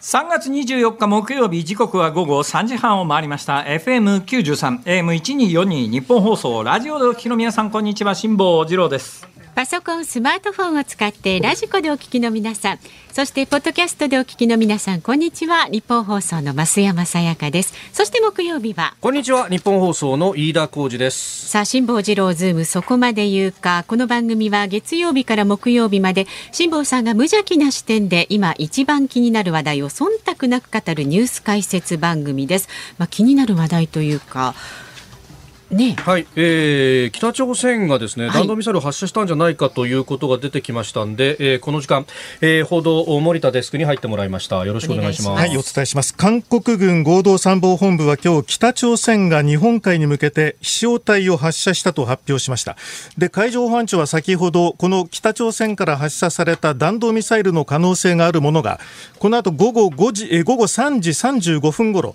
3月24日木曜日、時刻は午後3時半を回りました。 FM93 AM1242 日本放送ラジオでお聞きの皆さん、こんにちは。辛坊治郎です。 パソコン、スマートフォンを使ってラジコでお聞きの皆さん、そしてポッドキャストでお聞きの皆さん、こんにちは。日本放送の増山さやかです。そして木曜日はこんにちは。日本放送の飯田浩司です。 さあ、辛坊治郎ズームそこまで言うか。この番組は月曜日から木曜日まで辛坊さんが無邪気な視点で今一番気になる話題を忖度なく語るニュース解説番組です。気になる話題というかね、 はい、北朝鮮がですね、弾道ミサイルを発射したんじゃないかということが出てきましたんで、この時間、報道森田デスクに入ってもらいました。よろしくお願いします。 はい、お伝えします。韓国軍合同参謀本部は今日、北朝鮮が日本海に向けて飛翔体を発射したと発表しました。で、海上保安庁は先ほど、この北朝鮮から発射された弾道ミサイルの可能性があるものが、この後午後3時35分ごろ、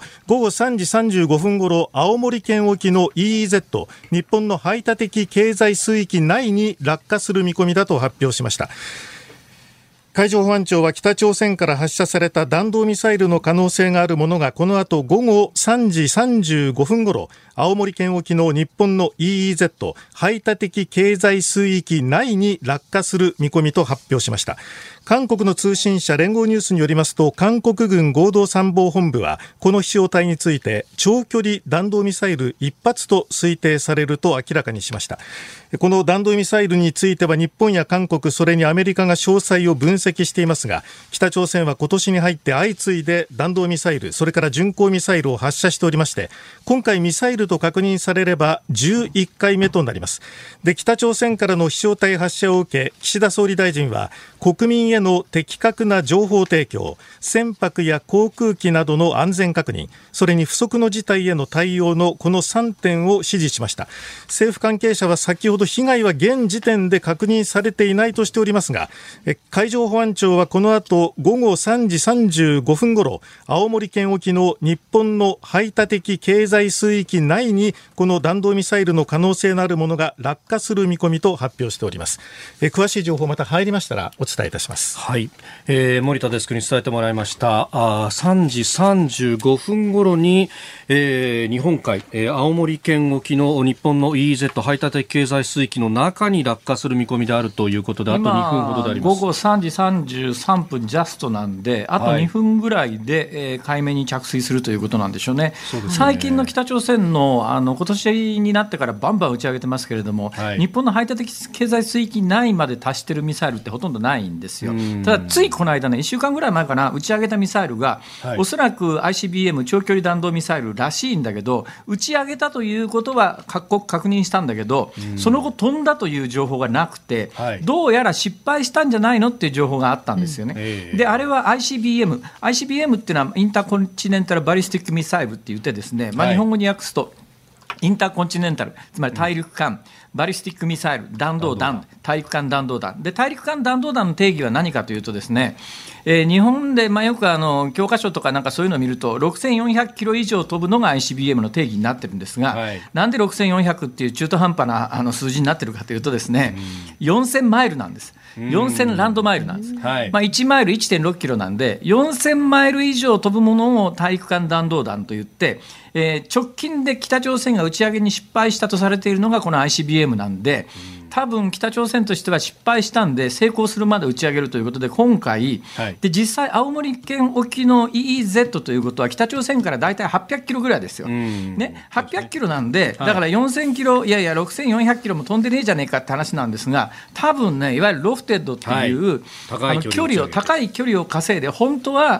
青森県沖の EEZ、日本の排他的経済水域内に落下する見込みだと発表しました。海上保安庁は北朝鮮から発射された弾道ミサイルの可能性があるものがこの後午後3時35分ごろ、青森県沖の日本の EEZ 排他的経済水域内に落下する見込みと発表しました。韓国の通信社連合ニュースによりますと、韓国軍合同参謀本部はこの飛翔体について長距離弾道ミサイル1発と推定されると明らかにしました。この弾道ミサイルについては日本や韓国、それにアメリカが詳細を分析していますが、北朝鮮は今年に入って相次いで弾道ミサイル、それから巡航ミサイルを発射しておりまして、今回ミサイルと確認されれば11回目となります。で、北朝鮮からの飛翔体発射を受け、岸田総理大臣は国民への的確な情報提供、船舶や航空機などの安全確認、それに不測の事態への対応のこの3点を指示しました。政府関係者は先ほど被害は現時点で確認されていないとしておりますが、海上保安庁はこの後午後3時35分ごろ、青森県沖の日本の排他的経済水域内にこの弾道ミサイルの可能性のあるものが落下する見込みと発表しております。詳しい情報また入りましたらお伝えいたします。 はい、森田デスクに伝えてもらいました。3時35分ごろに、日本海、青森県沖の日本の EEZ 排他的経済水域の中に落下する見込みであるということで、あと2分ほどであります。 午後3時33分ジャストなんで、あと2分ぐらいで、海面に着水するということなんでしょうね。 そうですね。 最近の北朝鮮の、今年になってからバンバン打ち上げてますけれども、日本の排他的経済水域内まで達しているミサイルってほとんどないんですよ。ただついこの間ね、1週間ぐらい前かな、打ち上げたミサイルが、おそらく ICBM 長距離弾道ミサイルらしいんだけど、打ち上げたということは各国確認したんだけど、その後飛んだという情報がなくて、どうやら失敗したんじゃないのっていう情報があったんですよね。で、あれは ICBM っていうのはインターコンチネンタルバリスティックミサイルって言ってですね、日本語に訳すとインターコンチネンタル、つまり大陸間バリスティックミサイル、弾道弾、大陸間弾道弾で、大陸間弾道弾の定義は何かというとですね、日本でよく教科書とかなんかそういうのを見ると6400キロ以上飛ぶのが ICBM の定義になってるんですが、なんで6400っていう中途半端な数字になってるかというとですね、4000マイルなんです。4000ランドマイルなんです。1マイル 1.6 キロなんで、4000マイル以上飛ぶものを大陸間弾道弾といって、直近で北朝鮮が打ち上げに失敗したとされているのがこの ICBM なんで、多分北朝鮮としては失敗したんで成功するまで打ち上げるということで、今回、で実際青森県沖の EEZ ということは北朝鮮からだいたい800キロぐらいですよ、800キロなんで、だから4000キロ、いやいや6400キロも飛んでねえじゃねえかって話なんですが、多分ね、いわゆるロフテッドっていう、高い距離を稼いで、本当は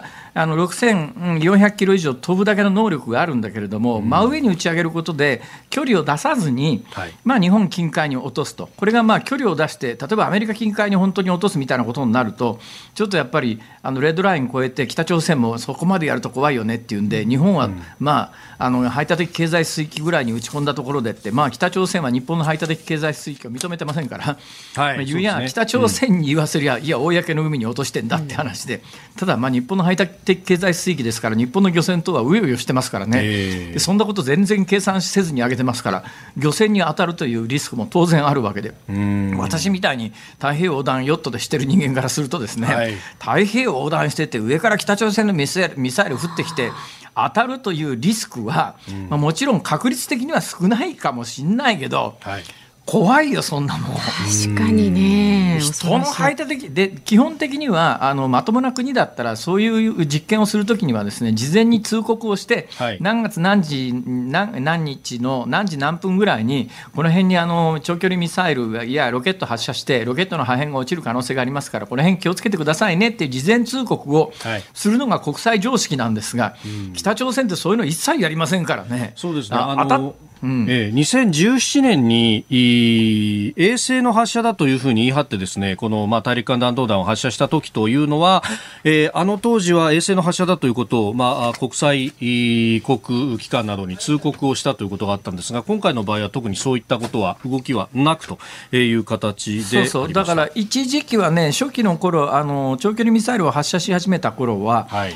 6400キロ以上飛ぶだけの能力があるんだけれども、真上に打ち上げることで距離を出さずに、日本近海に落とすと、これが距離を出して、例えばアメリカ近海に本当に落とすみたいなことになると、ちょっとやっぱりレッドライン越えて北朝鮮もそこまでやると怖いよねっていうんで、日本は、排他的経済水域ぐらいに打ち込んだところでって、北朝鮮は日本の排他的経済水域を認めてませんから、北朝鮮に言わせりゃ、いや公の海に落としてんだって話で、ただ日本の排他的経済水域ですから、日本の漁船等はうようよしてますからね、でそんなこと全然計算せずに上げてますから、漁船に当たるというリスクも当然あるわけで、 で、私みたいに太平洋横断ヨットでしてる人間からするとですね、 はい、 太平洋横断してて上から北朝鮮のミサイル降ってきて当たるというリスクは、もちろん確率的には少ないかもしれないけど、はい、怖いよそんなもん。 確かにね。 人の排他的で、基本的にはまともな国だったらそういう実験をするときにはですね、事前に通告をして、はい、何月何日の何時何分ぐらいにこの辺に長距離ミサイルやロケット発射してロケットの破片が落ちる可能性がありますからこの辺気をつけてくださいねっていう事前通告をするのが国際常識なんですが、北朝鮮ってそういうの一切やりませんからね。 そうですね。2017年に衛星の発射だというふうに言い張ってですね、この大陸間弾道弾を発射した時というのは、当時は衛星の発射だということを、国際国機関などに通告をしたということがあったんですが、今回の場合は特にそういったことは動きはなくという形でありました。 そうだから一時期はね、初期の頃長距離ミサイルを発射し始めた頃は、はい、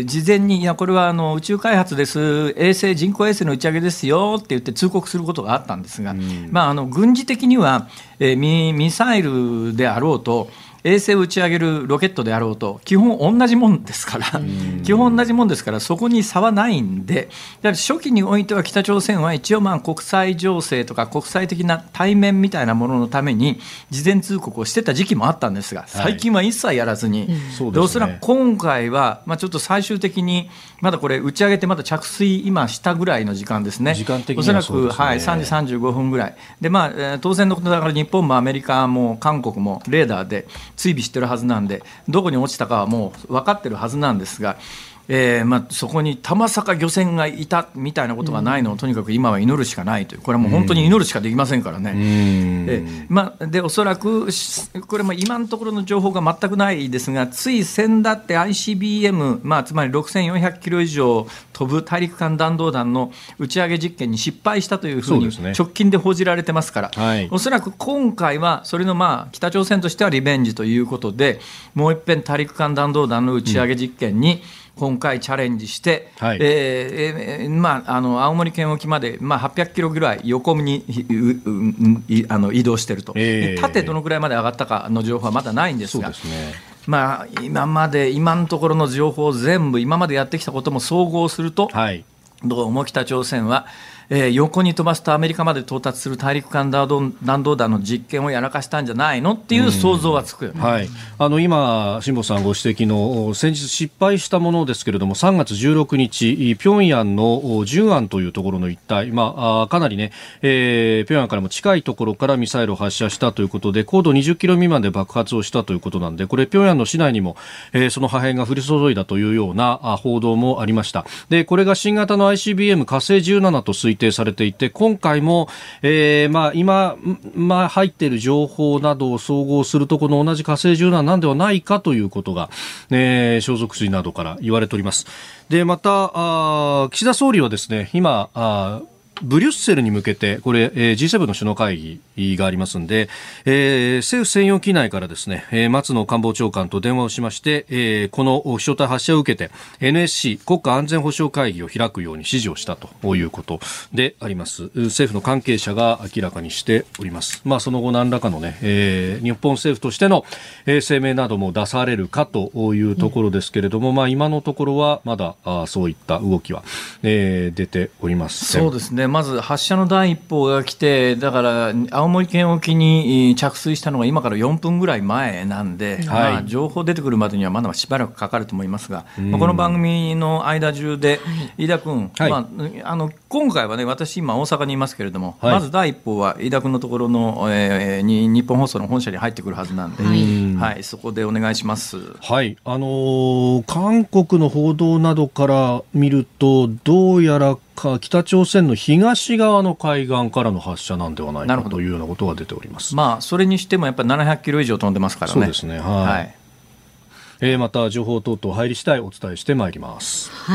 事前にいやこれは宇宙開発です、人工衛星の打ち上げですよって言って通告することがあったんですが、軍事的には、ミサイルであろうと衛星を打ち上げるロケットであろうと基本同じもんですから、そこに差はないんで、だから初期においては北朝鮮は一応国際情勢とか国際的な対面みたいなもののために事前通告をしてた時期もあったんですが、最近は一切やらずに、でおそらく今回は、ちょっと最終的にまだこれ打ち上げてまだ着水今したぐらいの時間ですね。 時間的にはそうですね。 おそらく、3時35分ぐらいで、当然のことだから日本もアメリカも韓国もレーダーで追尾してるはずなんで、どこに落ちたかはもう分かってるはずなんですが、そこにたまさか漁船がいたみたいなことがないのをとにかく今は祈るしかないという、これはもう本当に祈るしかできませんからね。でおそらくこれも今のところの情報が全くないですが、つい先だって ICBM、つまり6400キロ以上飛ぶ大陸間弾道弾の打ち上げ実験に失敗したというふうに直近で報じられてますから、おそらく今回はそれの北朝鮮としてはリベンジということで、もう一遍大陸間弾道弾の打ち上げ実験に今回チャレンジして、青森県沖まで、800キロぐらい横に移動していると、縦どのくらいまで上がったかの情報はまだないんですが、今のところの情報を全部今までやってきたことも総合すると、どうも北朝鮮は横に飛ばすとアメリカまで到達する大陸間弾道弾の実験をやらかしたんじゃないのっていう想像はつくよね。 今辛坊さんご指摘の先日失敗したものですけれども、3月16日平壌の順安というところの一帯、かなりね、平壌からも近いところからミサイルを発射したということで、高度20キロ未満で爆発をしたということなんで、これ平壌の市内にも、その破片が降り注いだというような報道もありました。でこれが新型の ICBM 火星17と推定されていて、今回も、今、入っている情報などを総合するとこの同じ火星17なんではないかということが、消息筋などから言われております。でまた岸田総理はですね、今ブリュッセルに向けてこれ、G7 の首脳会議がありますので、政府専用機内からですね、松野官房長官と電話をしまして、この飛翔体発射を受けて NSC 国家安全保障会議を開くように指示をしたということであります。政府の関係者が明らかにしております。その後何らかのね、日本政府としての、声明なども出されるかというところですけれども、今のところはまだそういった動きは、出ておりません。 そうですね。まず発射の第一報が来て、だから青森県沖に着水したのが今から4分ぐらい前なんで、情報出てくるまでにはまだしばらくかかると思いますが、この番組の間中で飯田君、今回はね、私今大阪にいますけれども、まず第一報は飯田君のところの、日本放送の本社に入ってくるはずなんで、そこでお願いします。 韓国の報道などから見ると、どうやら北朝鮮の東側の海岸からの発射なんではないかというようなことが出ております。 それにしてもやっぱり700キロ以上飛んでますからね。 そうですね。また情報等々入り次第お伝えしてまいります。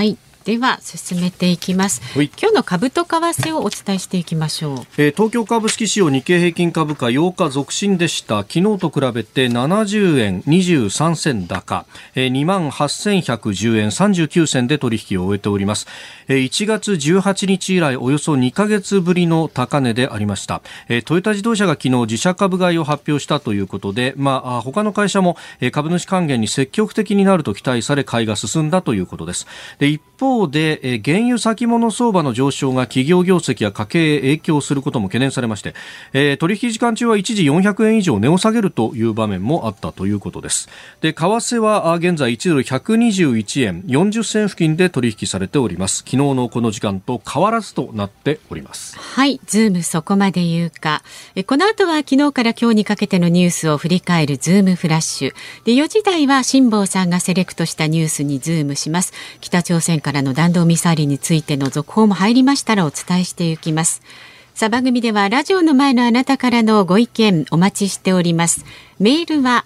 では進めていきます。今日の株と為替をお伝えしていきましょう。 東京株式市場日経平均株価8日続伸でした。昨日と比べて70円23銭高、28,110円39銭で取引を終えております。1月18日以来およそ2ヶ月ぶりの高値でありました。トヨタ自動車が昨日自社株買いを発表したということで、他の会社も株主還元に積極的になると期待され買いが進んだということです。で、一方で原油先物相場の上昇が企業業績や家計へ影響することも懸念されまして、取引時間中は一時400円以上値を下げるという場面もあったということです。で、為替は現在1ドル121円40銭付近で取引されております。昨日のこの時間と変わらずとなっております。 はい、ズームそこまで言うか。この後は昨日から今日にかけてのニュースを振り返るズームフラッシュで、4時台は辛坊さんがセレクトしたニュースにズームします。北朝鮮からの弾道ミサイルについての続報も入りましたらお伝えしていきます。さあ、番組ではラジオの前のあなたからのご意見お待ちしております。メールは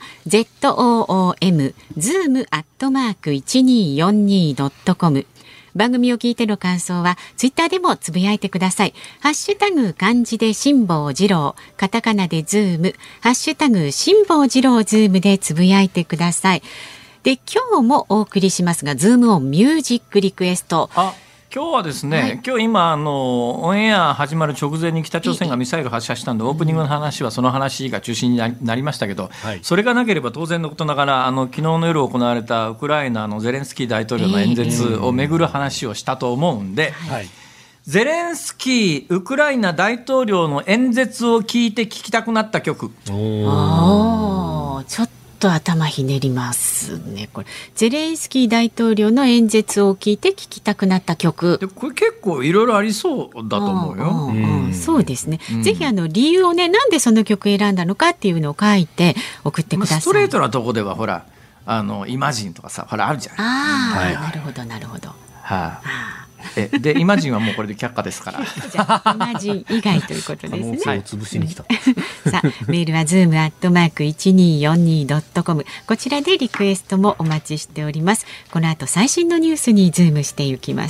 zoom@1242.com。番組を聞いての感想はツイッターでもつぶやいてください。ハッシュタグ漢字で辛坊治郎、カタカナでズーム、ハッシュタグ辛坊治郎ズームでつぶやいてください。で、今日もお送りしますが、ズームオンミュージックリクエスト。 今日はですね、今日今オンエア始まる直前に北朝鮮がミサイル発射したんで、オープニングの話はその話が中心になりましたけど、それがなければ当然のことながら昨日の夜行われたウクライナのゼレンスキー大統領の演説をめぐる話をしたと思うんで、ゼレンスキーウクライナ大統領の演説を聞いて聞きたくなった曲。 ちょっと頭ひねりますね。これゼレンスキー大統領の演説を聞いて聞きたくなった曲で、これ結構いろいろありそうだと思うよ。 そうですね、ぜひ理由をね、なんでその曲選んだのかっていうのを書いて送ってください。 ストレートなとこではほらイマジンとかさ、ほらあるじゃない。 なるほどなるほど。 でイマジンはもうこれで却下ですからじゃあイマジン以外ということですね。 潰しに来たさあ、メールは zoom@1242.com、 こちらでリクエストもお待ちしております。この後最新のニュースにズームしていきます。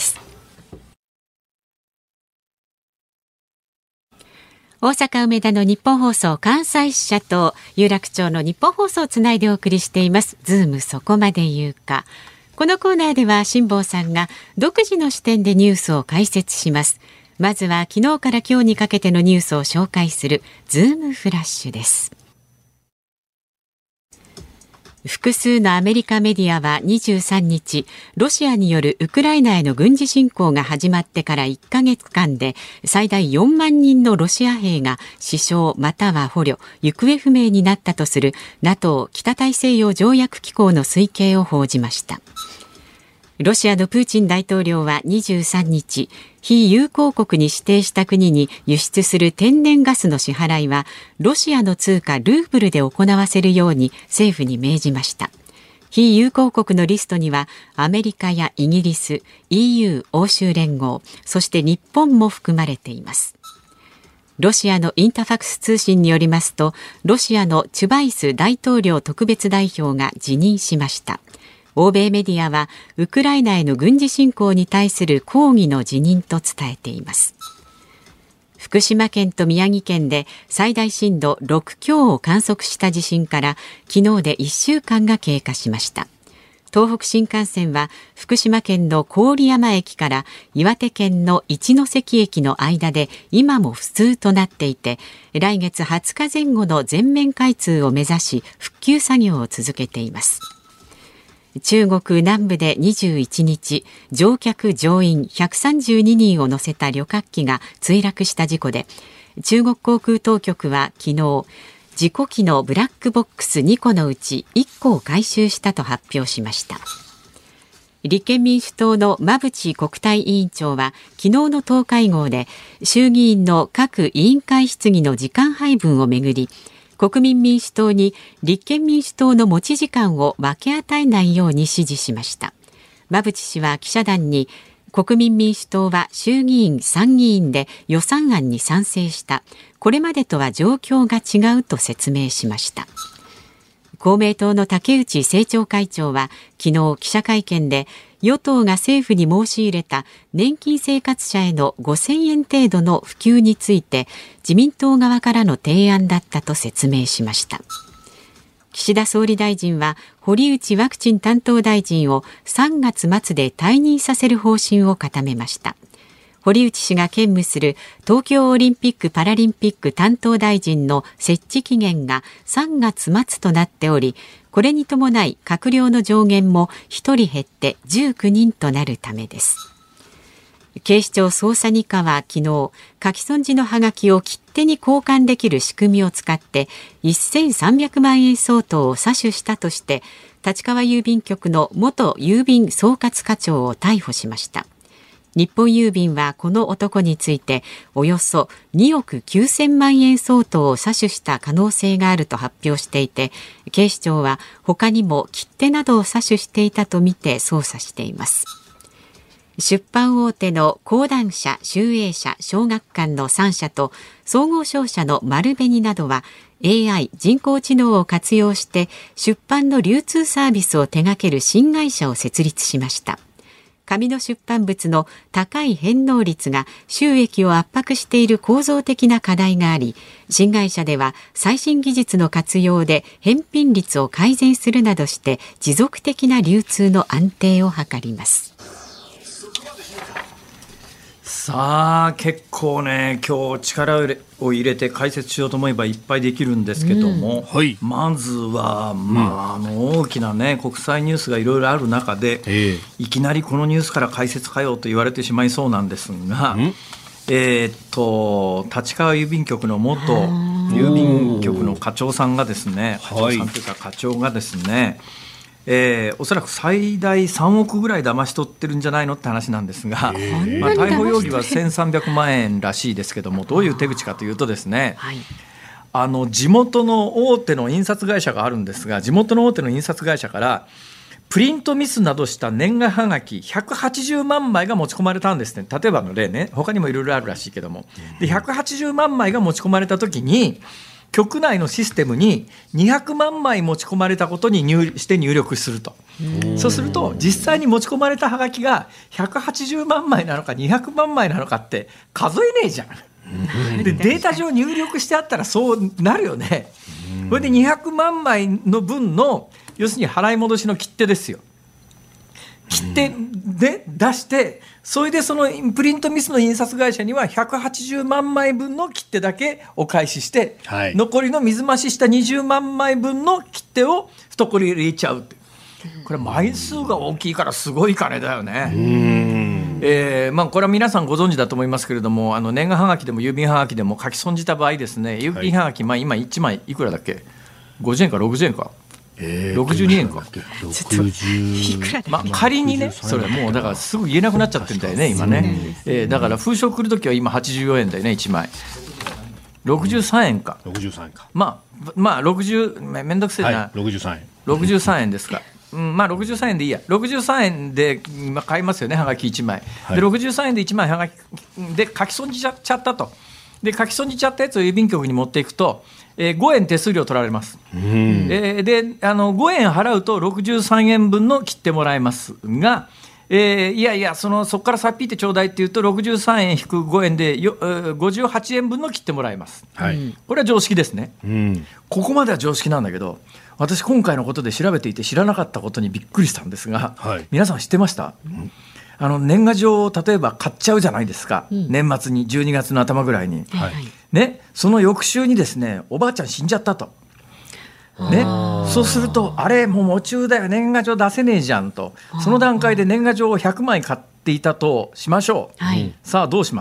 大阪梅田の日本放送関西支社と有楽町の日本放送をつないでお送りしていますズームそこまで言うか。このコーナーでは辛坊さんが独自の視点でニュースを解説します。まずは昨日から今日にかけてのニュースを紹介するズームフラッシュです。複数のアメリカメディアは23日、ロシアによるウクライナへの軍事侵攻が始まってから1ヶ月間で最大4万人のロシア兵が死傷または捕虜、行方不明になったとする NATO 北大西洋条約機構の推計を報じました。ロシアのプーチン大統領は23日、非友好国に指定した国に輸出する天然ガスの支払いはロシアの通貨ルーブルで行わせるように政府に命じました。非友好国のリストにはアメリカやイギリス、EU、欧州連合、そして日本も含まれています。ロシアのインタファクス通信によりますと、ロシアのチュバイス大統領特別代表が辞任しました。欧米メディアはウクライナへの軍事侵攻に対する抗議の辞任と伝えています。福島県と宮城県で最大震度6強を観測した地震から昨日で1週間が経過しました。東北新幹線は福島県の郡山駅から岩手県の一ノ関駅の間で今も不通となっていて、来月20日前後の全面開通を目指し復旧作業を続けています。中国南部で21日、乗客乗員132人を乗せた旅客機が墜落した事故で、中国航空当局は昨日、事故機のブラックボックス2個のうち1個を回収したと発表しました。立憲民主党の馬淵国対委員長は昨日の党会合で衆議院の各委員会質疑の時間配分をめぐり、国民民主党に立憲民主党の持ち時間を分け与えないように指示しました。馬淵氏は記者団に、国民民主党は衆議院参議院で予算案に賛成した。これまでとは状況が違うと説明しました。 公明党の竹内政調会長は昨日記者会見で、与党が政府に申し入れた年金生活者への5000円程度の普及について自民党側からの提案だったと説明しました。岸田総理大臣は堀内ワクチン担当大臣を3月末で退任させる方針を固めました。堀内氏が兼務する東京オリンピック・パラリンピック担当大臣の設置期限が3月末となっており、これに伴い閣僚の上限も1人減って19人となるためです。警視庁捜査2課は昨日、書き損じのハガキを切手に交換できる仕組みを使って1300万円相当を詐取したとして、立川郵便局の元郵便総括課長を逮捕しました。日本郵便はこの男についておよそ2億9000万円相当を詐取した可能性があると発表していて、警視庁は他にも切手などを詐取していたとみて捜査しています。出版大手の講談社、集英社、小学館の3社と総合商社の丸紅などは AI 人工知能を活用して出版の流通サービスを手掛ける新会社を設立しました。紙の出版物の高い返納率が収益を圧迫している構造的な課題があり、新会社では最新技術の活用で返品率を改善するなどして持続的な流通の安定を図ります。 さあ結構ね、今日力を入れて解説しようと思えばいっぱいできるんですけども、はい、まずは、大きなね国際ニュースがいろいろある中で、いきなりこのニュースから解説かよと言われてしまいそうなんですが、立川郵便局の元郵便局の課長さんがですね、課長さんというか課長がですね、おそらく最大3億ぐらい騙し取ってるんじゃないのって話なんですが、逮捕容疑は1300万円らしいですけども、どういう手口かというとですね、地元の大手の印刷会社があるんですが、地元の大手の印刷会社からプリントミスなどした年賀はがき180万枚が持ち込まれたんですね。例えばの例ね、他にもいろいろあるらしいけども、で180万枚が持ち込まれたときに局内のシステムに200万枚持ち込まれたことにして入力すると。そうすると実際に持ち込まれたハガキが180万枚なのか200万枚なのかって数えねえじゃん。でデータ上入力してあったらそうなるよね。これで200万枚の分の要するに払い戻しの切手ですよ。切手で出して、それでそのプリントミスの印刷会社には180万枚分の切手だけお返しして、残りの水増しした20万枚分の切手を懐に入れちゃうって。これ枚数が大きいからすごい金だよね。これは皆さんご存知だと思いますけれども、年賀はがきでも郵便はがきでも書き損じた場合ですね、郵便はがき、今1枚いくらだっけ、50円か60円か、62円か、仮にね、それもうだからすぐ言えなくなっちゃってるんだよね今ね。だから封書来るときは今84円だよね、1枚63円か、60めんどくせえな、63円ですか。63円でいいや、63円で買いますよね、はがき1枚、で63円で1枚はがきで書き損じちゃったと。で書き損じちゃったやつを郵便局に持っていくと、5円手数料取られます。で5円払うと63円分の切ってもらえますが、いやそこからさっぴいてちょうだいって言うと63円引く5円で58円分の切ってもらえます、これは常識ですね、ここまでは常識なんだけど、私今回のことで調べていて知らなかったことにびっくりしたんですが、皆さん知ってました？年賀状を例えば買っちゃうじゃないですか、年末に12月の頭ぐらいに、その翌週にですね、おばあちゃん死んじゃったと、そうするとあれもう夢中だよ、年賀状出せねえじゃんと。その段階で年賀状を100枚買っていたとしましょう、さあどうします？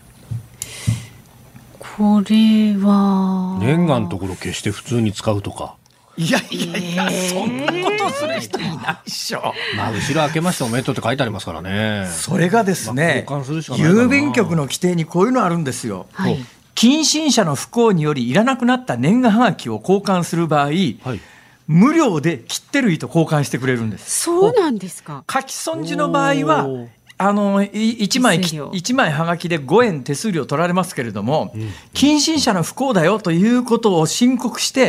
これは年賀のところ消して普通に使うとか、 いやそんなことする人いないっしょ。 後ろ開けましておめでとうって書いてありますからね。 それがですね、郵便局の規定にこういうのあるんですよ、近親者の不幸によりいらなくなった年賀はがきを交換する場合、無料で切手類と交換してくれるんです。 そうなんですか。 書き損じの場合は1枚はがきで5円手数料取られますけれども、近親者の不幸だよということを申告して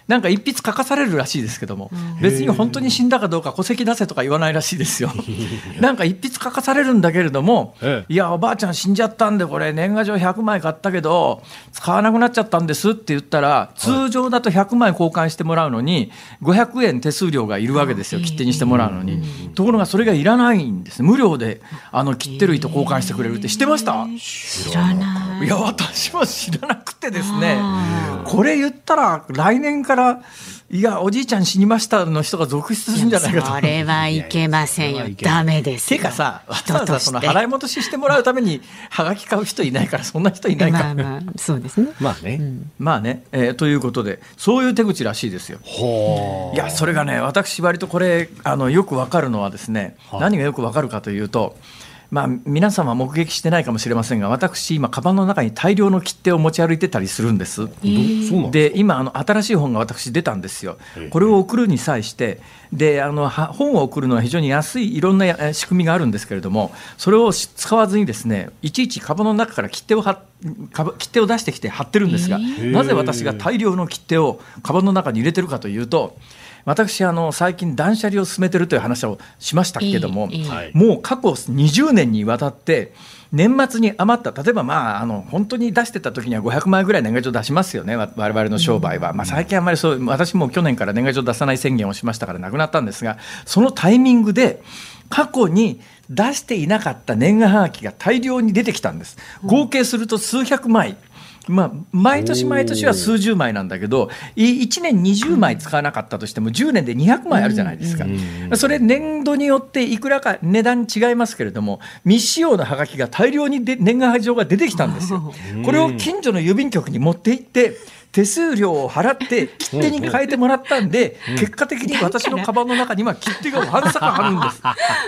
なんか一筆書かされるらしいですけども、別に本当に死んだかどうか戸籍出せとか言わないらしいですよ。なんか一筆書かされるんだけれども、いやおばあちゃん死んじゃったんでこれ年賀状100枚買ったけど使わなくなっちゃったんですって言ったら、通常だと100枚交換してもらうのに500円手数料がいるわけですよ、切手にしてもらうのに。ところがそれがいらないんです。無料で切手類と交換してくれるって。知ってました？ 知らない。 いや私も知らなくてですね、これ言ったら来年からいやおじいちゃん死にましたの人が続出するんじゃないかと。 それはいけませんよ。ダメですよ。 てかさ、わざわざその払い戻ししてもらうためにはがき買う人いないから、そんな人いないから。 まあそうですね。 まあね、 ということでそういう手口らしいですよ。いやそれがね、私割とこれよくわかるのはですね、何がよくわかるかというと、皆さんは目撃してないかもしれませんが、私今カバンの中に大量の切手を持ち歩いてたりするんです。で今新しい本が私出たんですよ。これを送るに際してで本を送るのは非常に安いいろんな仕組みがあるんですけれども、それを使わずにですね、いちいちカバンの中から切手を出してきて貼ってるんですが、なぜ私が大量の切手をカバンの中に入れてるかというと、私最近断捨離を進めているという話をしましたけども、もう過去20年にわたって年末に余った、例えば本当に出してた時には500枚ぐらい年賀状出しますよね、我々の商売は。最近あんまり私も去年から年賀状出さない宣言をしましたからなくなったんですが、そのタイミングで過去に出していなかった年賀はがきが大量に出てきたんです。合計すると数百枚、毎年毎年は数十枚なんだけど、1年20枚使わなかったとしても10年で200枚あるじゃないですか。それ年度によっていくらか値段違いますけれども、未使用のハガキが大量に年賀状が出てきたんですよ。これを近所の郵便局に持って行って手数料を払って切手に変えてもらったんで、結果的に私のカバンの中には切手がわんさかあるんです。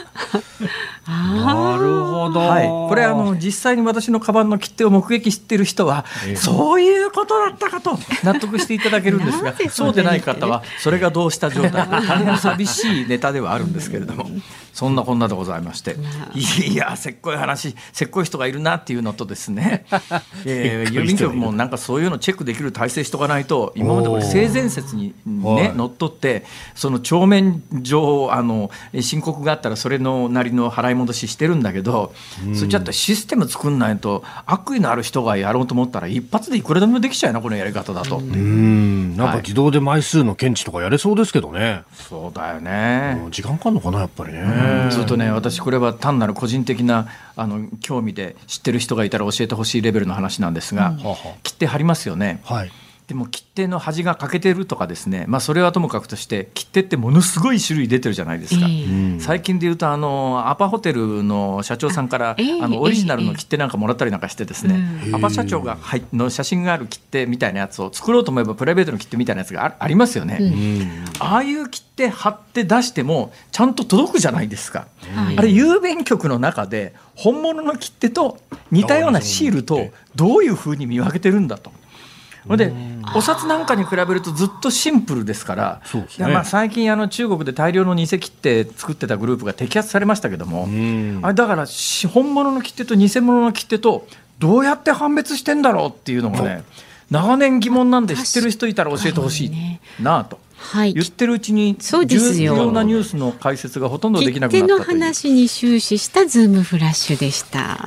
なるほど、 これ実際に私のカバンの切手を目撃している人は、そういうことだったかと納得していただけるんですが、そうでない方はそれがどうした状態で大変寂しいネタではあるんですけれども、そんなこんなでございまして、いやせっこい話、せっこい人がいるなっていうのとですね、郵便局もなんかそういうのチェックできる体制しておかないと、今までこれ性善説にねのっとって、その帳面上申告があったらそれのなりの払い戻ししてるんだけど、それちょっとシステム作んないと、悪意のある人がやろうと思ったら一発でいくらでもできちゃうな、このやり方だと。 なんか自動で枚数の検知とかやれそうですけどね。 そうだよね。 時間かかるのかなやっぱりね。 ずっとね、私これは単なる個人的な興味で知ってる人がいたら教えてほしいレベルの話なんですが、切手貼りますよね。でも切手の端が欠けてるとかですね、それはともかくとして切手ってものすごい種類出てるじゃないですか。最近でいうとアパホテルの社長さんからオリジナルの切手なんかもらったりなんかしてですね、アパ社長がの写真がある切手みたいなやつを作ろうと思えばプライベートの切手みたいなやつが ありますよね。ああいう切手貼って出してもちゃんと届くじゃないですか。あれ郵便局の中で本物の切手と似たようなシールとどういうふうに見分けてるんだと。でお札なんかに比べるとずっとシンプルですから、最近中国で大量の偽切手作ってたグループが摘発されましたけども、あれだから本物の切手と偽物の切手とどうやって判別してんだろうっていうのがね、長年疑問なんで、知ってる人いたら教えてほしいなと、言ってるうちに重要なニュースの解説がほとんどできなくなったという。 切手の話に終始したズームフラッシュでした。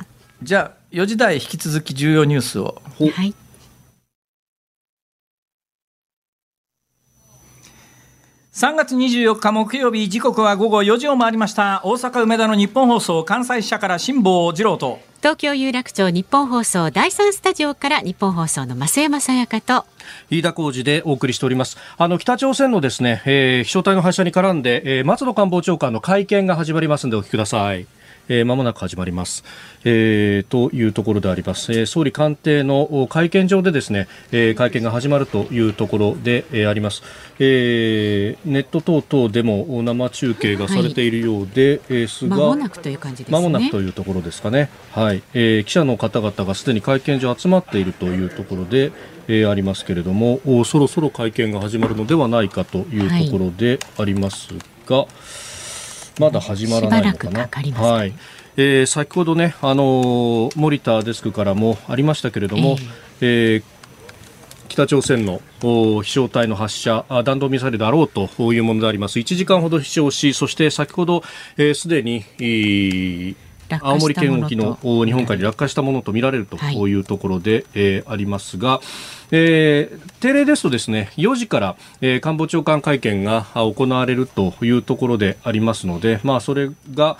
じゃあ4時台引き続き重要ニュースを。3月24日木曜日、時刻は午後4時を回りました。大阪梅田の日本放送関西支社から辛坊治郎と、 東京有楽町日本放送第3スタジオから日本放送の増山さやかと飯田浩司でお送りしております。北朝鮮のですね、飛翔体の発射に絡んで、松野官房長官の会見が始まりますのでお聞きください。間もなく始まります、というところであります。総理官邸の会見場でですね、会見が始まるというところで、あります。ネット等々でも生中継がされているようですが、 間もなくという感じですね。 間もなくというところですかね。記者の方々がすでに会見場集まっているというところで、ありますけれども、そろそろ会見が始まるのではないかというところでありますが、まだ始まらないのかな。しばらくかかりますね。先ほどね、森田デスクからもありましたけれども、 北朝鮮の飛翔体の発射弾道ミサイルであろうというものであります。1時間ほど飛翔し、そして先ほどすでに青森県沖の日本海に落下したものとみられるというところで、ありますが、定例ですとですね、4時から、官房長官会見が行われるというところでありますので、それが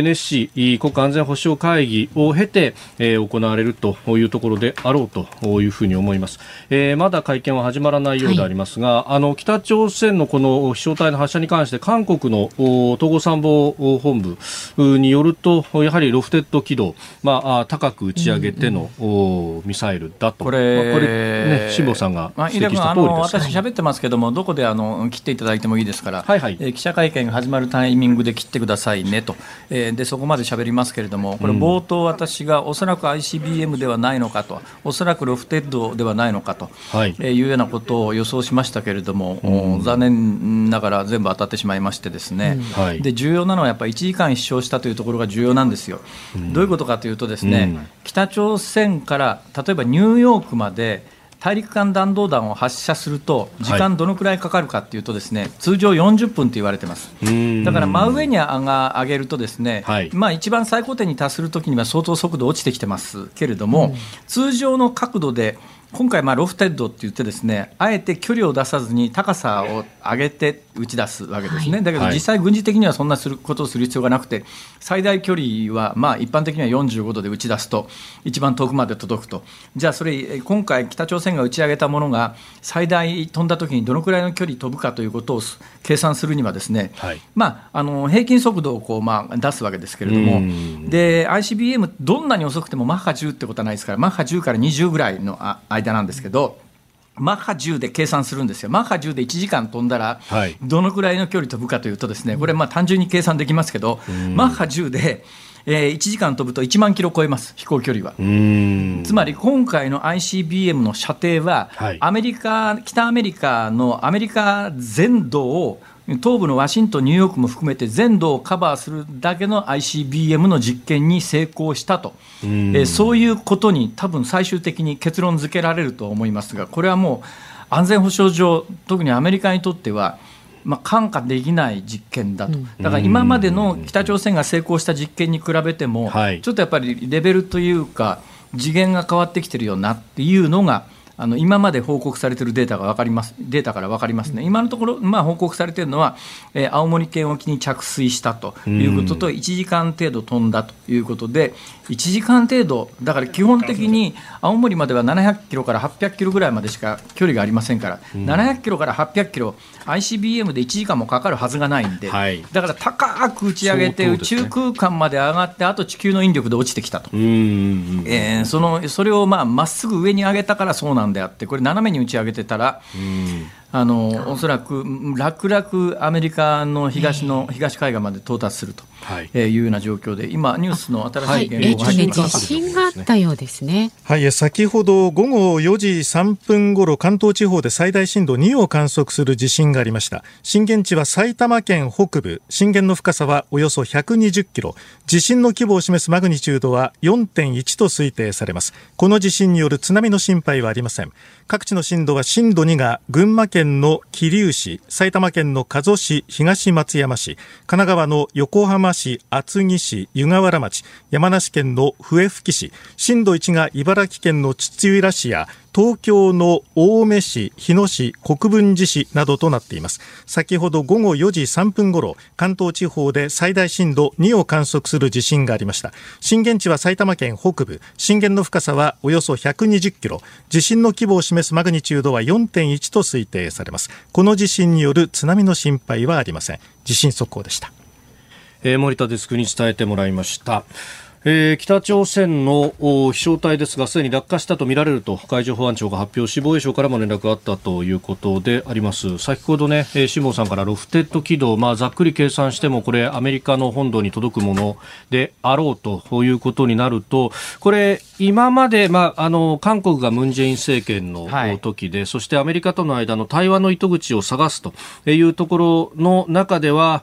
NSC 国家安全保障会議を経て、行われるというところであろうというふうに思います。まだ会見は始まらないようでありますが、北朝鮮のこの飛翔体の発射に関して韓国の統合参謀本部によると、やはりロフテッド軌道、高く打ち上げての、ミサイルだと。これね、辛坊さんが指摘した通りです。 私喋ってますけども、どこで切っていただいてもいいですから、記者会見が始まるタイミングで切ってくださいねと、でそこまで喋りますけれども、これ冒頭私がおそらく ICBM ではないのかと、おそらくロフテッドではないのかと、いうようなことを予想しましたけれども、残念ながら全部当たってしまいましてですね、で重要なのはやっぱり1時間飛翔したというところが重要なんですよ。どういうことかというとですね、北朝鮮から例えばニューヨークまで大陸間弾道弾を発射すると時間どのくらいかかるかというとですね、通常40分と言われています。だから真上に上げるとですね、一番最高点に達するときには相当速度落ちてきてますけれども、通常の角度で今回ロフテッドって言ってですね、あえて距離を出さずに高さを上げて打ち出すわけですね。だけど実際軍事的にはそんなことをする必要がなくて、最大距離は一般的には45度で打ち出すと一番遠くまで届くと。じゃあそれ今回北朝鮮が打ち上げたものが最大飛んだ時にどのくらいの距離飛ぶかということを計算するにはですね、平均速度を出すわけですけれども、で ICBM どんなに遅くてもマッハ10ってことはないですから、マッハ10から20ぐらいの間なんですけど、マッハ10で計算するんですよ。マッハ10で1時間飛んだらどのくらいの距離飛ぶかというとですね、これ単純に計算できますけど、マッハ10で1時間飛ぶと1万キロ超えます、飛行距離は。つまり今回の ICBM の射程は、北アメリカのアメリカ全土を、東部のワシントン、ニューヨークも含めて全土をカバーするだけの ICBM の実験に成功したと、そういうことに多分最終的に結論付けられると思いますが、これはもう安全保障上、特にアメリカにとっては看過できない実験だと。だから今までの北朝鮮が成功した実験に比べても、ちょっとやっぱりレベルというか次元が変わってきてるよなっていうのが今まで報告されているデータから分かりますね。今のところ、報告されているのは、青森県沖に着水したということと、1時間程度飛んだということで、1時間程度だから基本的に青森までは700キロから800キロぐらいまでしか距離がありませんから、700キロから800キロ ICBM で1時間もかかるはずがないんで、だから高く打ち上げて宇宙空間まで上がって、あと地球の引力で落ちてきたと。それをまっすぐ上に上げたからそうなんであって、これ斜めに打ち上げてたらおそらく楽々アメリカの東海岸まで到達するというような状況で、今ニュースの新しい言語が入って地震があったようですね。 先ほど午後4時3分ごろ、関東地方で最大震度2を観測する地震がありました。震源地は埼玉県北部、震源の深さはおよそ120キロ、地震の規模を示すマグニチュードは 4.1 と推定されます。この地震による津波の心配はありません。各地の震度は、震度2が群馬県の桐生市、埼玉県の加須市、東松山市、神奈川の横浜市、厚木市、湯河原町、山梨県の笛吹市、震度1が茨城県の土浦市や東京の青梅市、日野市、国分寺市などとなっています。先ほど午後4時3分ごろ、関東地方で最大震度2を観測する地震がありました。震源地は埼玉県北部、震源の深さはおよそ120キロ、地震の規模を示すマグニチュードは 4.1 と推定されます。この地震による津波の心配はありません。地震速報でした。 森田デスクに伝えてもらいました。北朝鮮の飛翔体ですが、すでに落下したとみられると海上保安庁が発表し、防衛省からも連絡があったということであります。先ほどね、辛坊さんからロフテッド軌道、ざっくり計算してもこれアメリカの本土に届くものであろうということになると、これ今まで、韓国がムン・ジェイン政権の時で、そしてアメリカとの間の対話の糸口を探すというところの中では、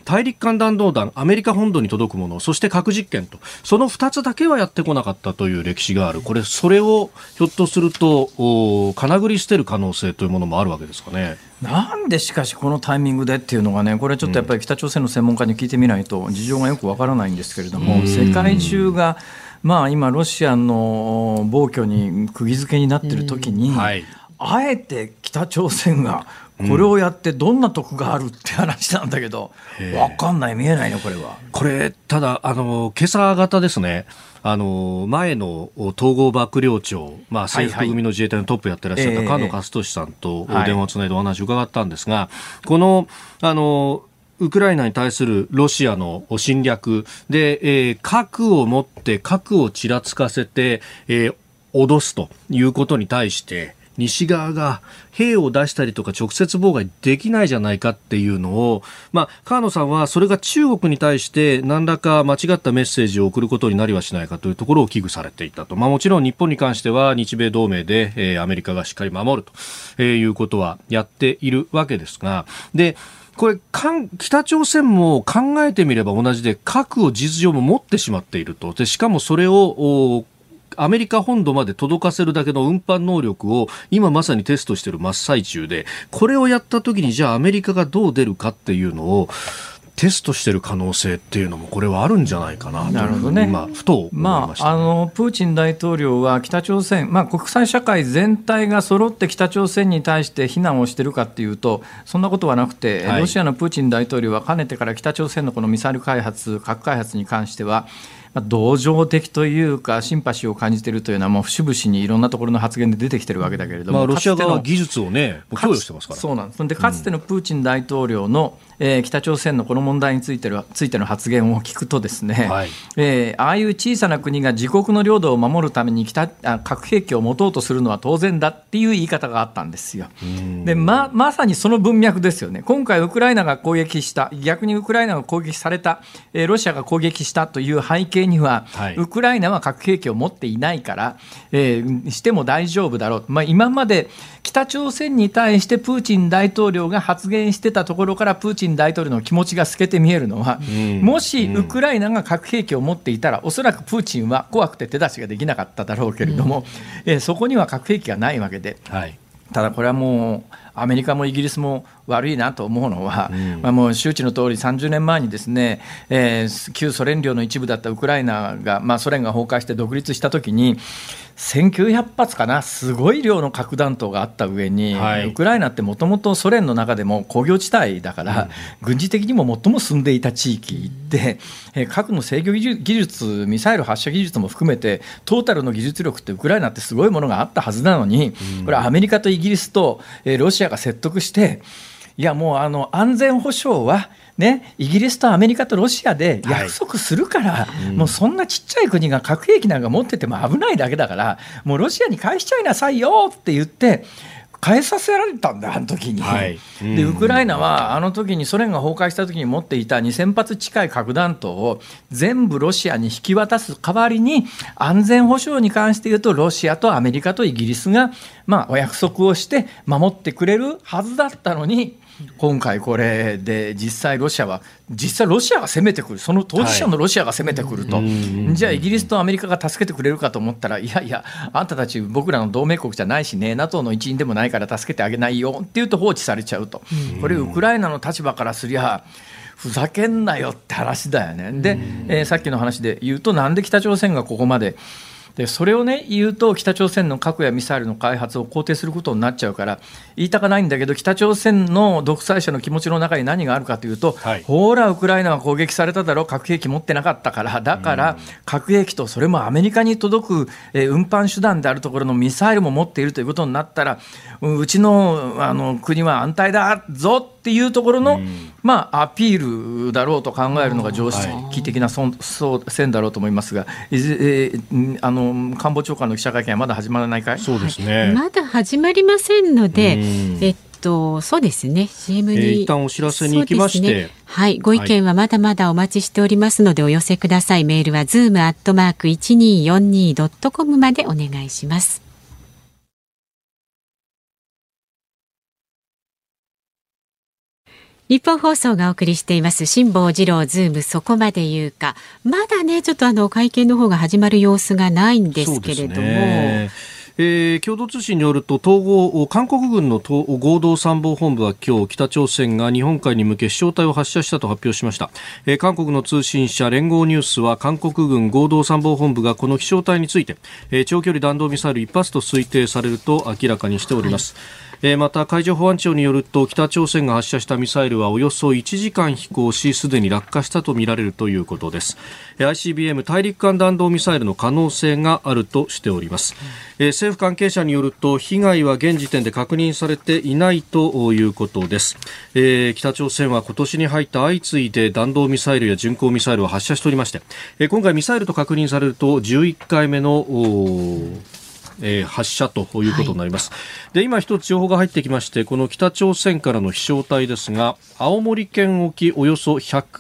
大陸間弾道弾、アメリカ本土に届くもの、そして核実験と、その2つだけはやってこなかったという歴史がある。それをひょっとするとかなぐり捨てる可能性というものもあるわけですかね。 なんでしかしこのタイミングでっていうのがね、これちょっとやっぱり北朝鮮の専門家に聞いてみないと事情がよくわからないんですけれども、世界中が今ロシアの暴挙に釘付けになっている時に、あえて北朝鮮がこれをやってどんな得があるって話なんだけど、分かんない、見えないね、これは。 これただ今朝方ですね、前の統合幕僚長、制服組の自衛隊のトップやってらっしゃった菅野勝利さんと電話をつないでお話を伺ったんですが、このウクライナに対するロシアの侵略で、核を持って核をちらつかせて、脅すということに対して西側が兵を出したりとか直接妨害できないじゃないかっていうのを、河野さんはそれが中国に対して何らか間違ったメッセージを送ることになりはしないかというところを危惧されていたと。もちろん日本に関しては日米同盟で、アメリカがしっかり守るということはやっているわけですが、でこれ北朝鮮も考えてみれば同じで核を事実上も持ってしまっていると。でしかもそれをアメリカ本土まで届かせるだけの運搬能力を今まさにテストしている真っ最中で、これをやった時にじゃあアメリカがどう出るかっていうのをテストしている可能性っていうのもこれはあるんじゃないかなと。 なるほどね。 ふと思いましたね。 プーチン大統領は北朝鮮、国際社会全体が揃って北朝鮮に対して非難をしているかっていうとそんなことはなくて、ロシアのプーチン大統領はかねてから北朝鮮のこのミサイル開発、核開発に関しては同情的というかシンパシーを感じているというのはもう節々にいろんなところの発言で出てきているわけだけれども、 ロシア側は技術をね供与してますから。 そうなんです。でかつてのプーチン大統領の、北朝鮮のこの問題についての発言を聞くとですね、ああいう小さな国が自国の領土を守るために核兵器を持とうとするのは当然だっていう言い方があったんですよ。で まさにその文脈ですよね。今回ウクライナが攻撃した、逆にウクライナが攻撃された、ロシアが攻撃したという背景には、ウクライナは核兵器を持っていないから、しても大丈夫だろう、今まで北朝鮮に対してプーチン大統領が発言してたところからプーチン大統領の気持ちが透けて見えるのは、もしウクライナが核兵器を持っていたらおそらくプーチンは怖くて手出しができなかっただろうけれども、そこには核兵器がないわけで、ただこれはもうアメリカもイギリスも悪いなと思うのは、もう周知の通り30年前にですね、旧ソ連領の一部だったウクライナが、ソ連が崩壊して独立したときに1900発かな、すごい量の核弾頭があった上に、ウクライナってもともとソ連の中でも工業地帯だから、軍事的にも最も進んでいた地域で、核の制御技術、ミサイル発射技術も含めてトータルの技術力ってウクライナってすごいものがあったはずなのに、これアメリカとイギリスとロシアが説得して、いやもう安全保障はね、イギリスとアメリカとロシアで約束するから、もうそんなちっちゃい国が核兵器なんか持ってても危ないだけだから、もうロシアに返しちゃいなさいよって言って返させられたんだ、あの時に。でウクライナはあの時にソ連が崩壊した時に持っていた2000発近い核弾頭を全部ロシアに引き渡す代わりに、安全保障に関して言うとロシアとアメリカとイギリスがお約束をして守ってくれるはずだったのに、今回これで実際ロシアが攻めてくる、その当事者のロシアが攻めてくると、じゃあイギリスとアメリカが助けてくれるかと思ったら、いやいやあんたたち僕らの同盟国じゃないしね、 NATO の一員でもないから助けてあげないよって言うと放置されちゃうと、これウクライナの立場からすりゃふざけんなよって話だよね。で、さっきの話で言うと、なんで北朝鮮がここまででそれをね言うと北朝鮮の核やミサイルの開発を肯定することになっちゃうから言いたくないんだけど、北朝鮮の独裁者の気持ちの中に何があるかというと、ほらウクライナは攻撃されただろ、核兵器持ってなかったから、だから核兵器とそれもアメリカに届く、運搬手段であるところのミサイルも持っているということになったら、うちの、国は安泰だぞっていうところの、アピールだろうと考えるのが常識的な線だろうと思いますが、官房長官の記者会見はまだ始まらないかい？ そうですね、 まだ始まりませんので、そうですね、 CM に、 一旦お知らせに行きまして、 ご意見はまだまだお待ちしておりますのでお寄せください。メールは zoom@1242.com までお願いします。 日本放送がお送りしています辛坊治郎ズームそこまで言うか、まだねちょっと会見の方が始まる様子がないんですけれども、 共同通信によると韓国軍の合同参謀本部は今日北朝鮮が日本海に向け飛翔体を発射したと発表しました。韓国の通信社連合ニュースは韓国軍合同参謀本部がこの飛翔体について、長距離弾道ミサイル1発と推定されると明らかにしております。また海上保安庁によると北朝鮮が発射したミサイルはおよそ1時間飛行しすでに落下したとみられるということです。ICBM 大陸間弾道ミサイルの可能性があるとしております。政府関係者によると被害は現時点で確認されていないということです。北朝鮮は今年に入った相次いで弾道ミサイルや巡航ミサイルを発射しておりまして、今回ミサイルと確認されると11回目の発射ということになります。で、今一つ情報が入ってきまして、この北朝鮮からの飛翔体ですが青森県沖およそ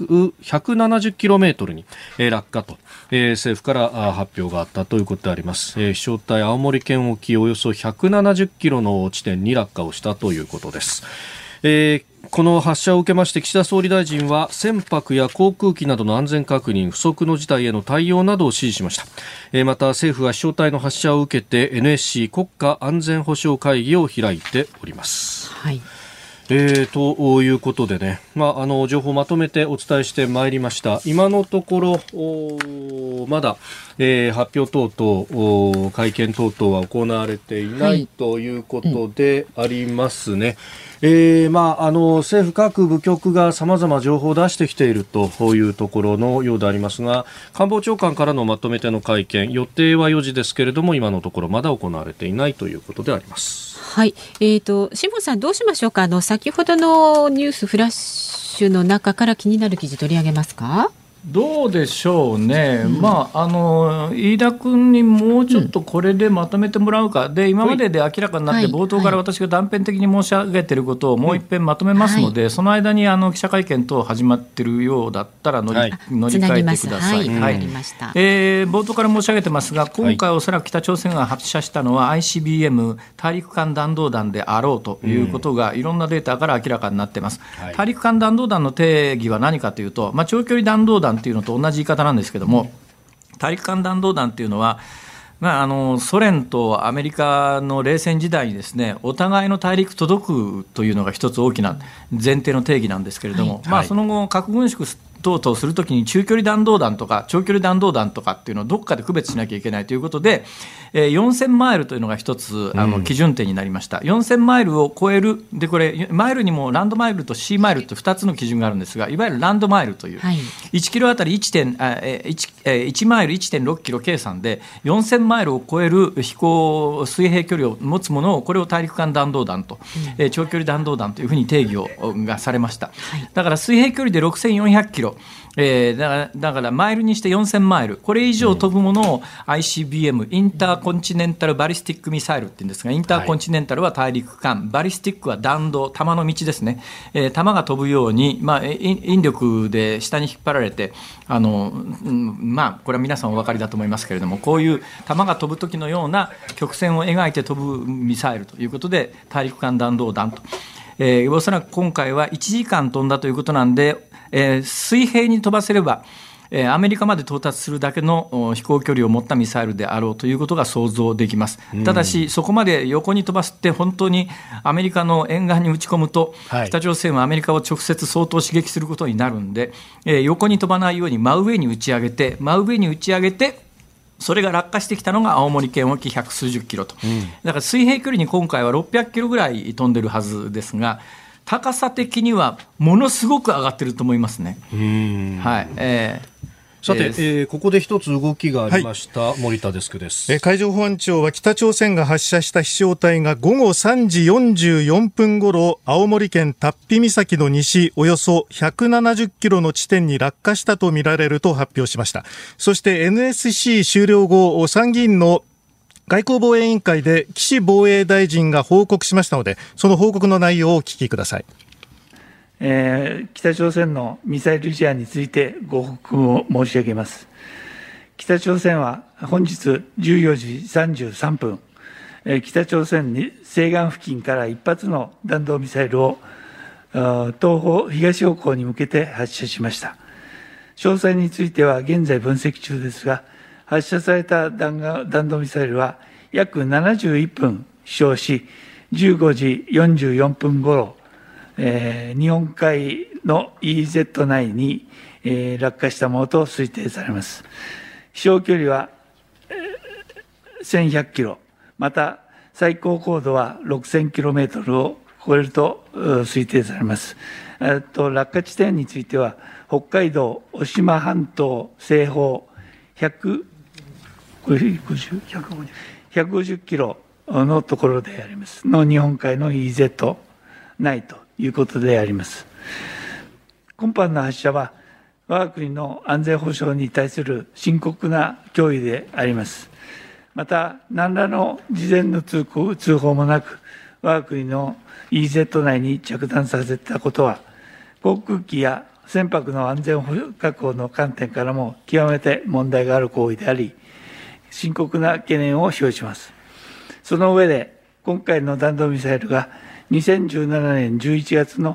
170キロメートルに落下と、政府から発表があったということであります。飛翔体青森県沖およそ170キロの地点に落下をしたということです。この発射を受けまして岸田総理大臣は船舶や航空機などの安全確認、不測の事態への対応などを指示しました。また政府は飛翔体の発射を受けて NSC 国家安全保障会議を開いております。 はい。 ということでね、情報をまとめてお伝えしてまいりました。今のところまだ、発表等々会見等々は行われていない、ということでありますね。政府各部局が様々情報を出してきているというところのようでありますが、官房長官からのまとめての会見、予定は4時ですけれども今のところまだ行われていないということであります。 はい。辛坊さんどうしましょうか。先ほどのニュースフラッシュの中から気になる記事取り上げますか。 どうでしょうね、飯田君にもうちょっとこれでまとめてもらうか、で今までで明らかになって冒頭から私が断片的に申し上げていることをもう一遍まとめますので、その間に記者会見等始まっているようだったら乗り換えてください。冒頭から申し上げてますが、今回おそらく北朝鮮が発射したのは ICBM 大陸間弾道弾であろうということがいろんなデータから明らかになっています。大陸間弾道弾の定義は何かというと、長距離弾道弾っていうのと同じ言い方なんですけども、大陸間弾道弾っていうのは、ソ連とアメリカの冷戦時代にですね、お互いの大陸届くというのが一つ大きな前提の定義なんですけれども、その後核軍縮等々するときに中距離弾道弾とか長距離弾道弾とかっていうのをどこかで区別しなきゃいけないということで、4000マイルというのが一つ基準点になりました。4000マイルを超えるで、これマイルにもランドマイルとシーマイルと2つの基準があるんですが、いわゆるランドマイルという、1キロあたり1マイル 1.6 キロ計算で4000マイルを超える飛行水平距離を持つものを、これを大陸間弾道弾と、長距離弾道弾というふうに定義がされました。だから水平距離で6400キロ、だからマイルにして4000マイル、これ以上飛ぶものを ICBM インターコンチネンタルバリスティックミサイルって言うんですが、インターコンチネンタルは大陸間、バリスティックは弾道、弾の道ですね。弾が飛ぶように、引力で下に引っ張られて、これは皆さんお分かりだと思いますけれども、こういう弾が飛ぶ時のような曲線を描いて飛ぶミサイルということで大陸間弾道弾と、おそらく今回は1時間飛んだということなんで、水平に飛ばせればアメリカまで到達するだけの飛行距離を持ったミサイルであろうということが想像できます。ただしそこまで横に飛ばすって本当にアメリカの沿岸に撃ち込むと、北朝鮮はアメリカを直接相当刺激することになるんで、横に飛ばないように真上に打ち上げてそれが落下してきたのが青森県沖百数十キロと、だから水平距離に今回は600キロぐらい飛んでるはずですが、高さ的にはものすごく上がってると思いますね。 さて、ここで一つ動きがありました、森田デスクです。 海上保安庁は北朝鮮が発射した飛翔体が午後3時44分ごろ青森県龍飛岬の西およそ170キロの地点に落下したとみられると発表しました。そして NSC 終了後、参議院の外交防衛委員会で岸防衛大臣が報告しましたので、その報告の内容をお聞きください。 北朝鮮のミサイル事案についてご報告を申し上げます。北朝鮮は本日14時33分、北朝鮮に西岸付近から1発の弾道ミサイルを東方向に向けて発射しました。詳細については現在分析中ですが、発射された弾道ミサイルは約71分飛翔し、15時44分ごろ、日本海の EEZ 内に、落下したものと推定されます。飛翔距離は1100キロ、また最高高度は6000キロメートルを超えると推定されます。落下地点については、北海道渡島半島西方150キロのところでありますの日本海の EEZ 内ということであります。今般の発射は我が国の安全保障に対する深刻な脅威であります。また何らの事前の通報もなく我が国の EEZ 内に着弾させたことは、航空機や船舶の安全確保の観点からも極めて問題がある行為であり、深刻な懸念を表します。その上で、今回の弾道ミサイルが2017年11月の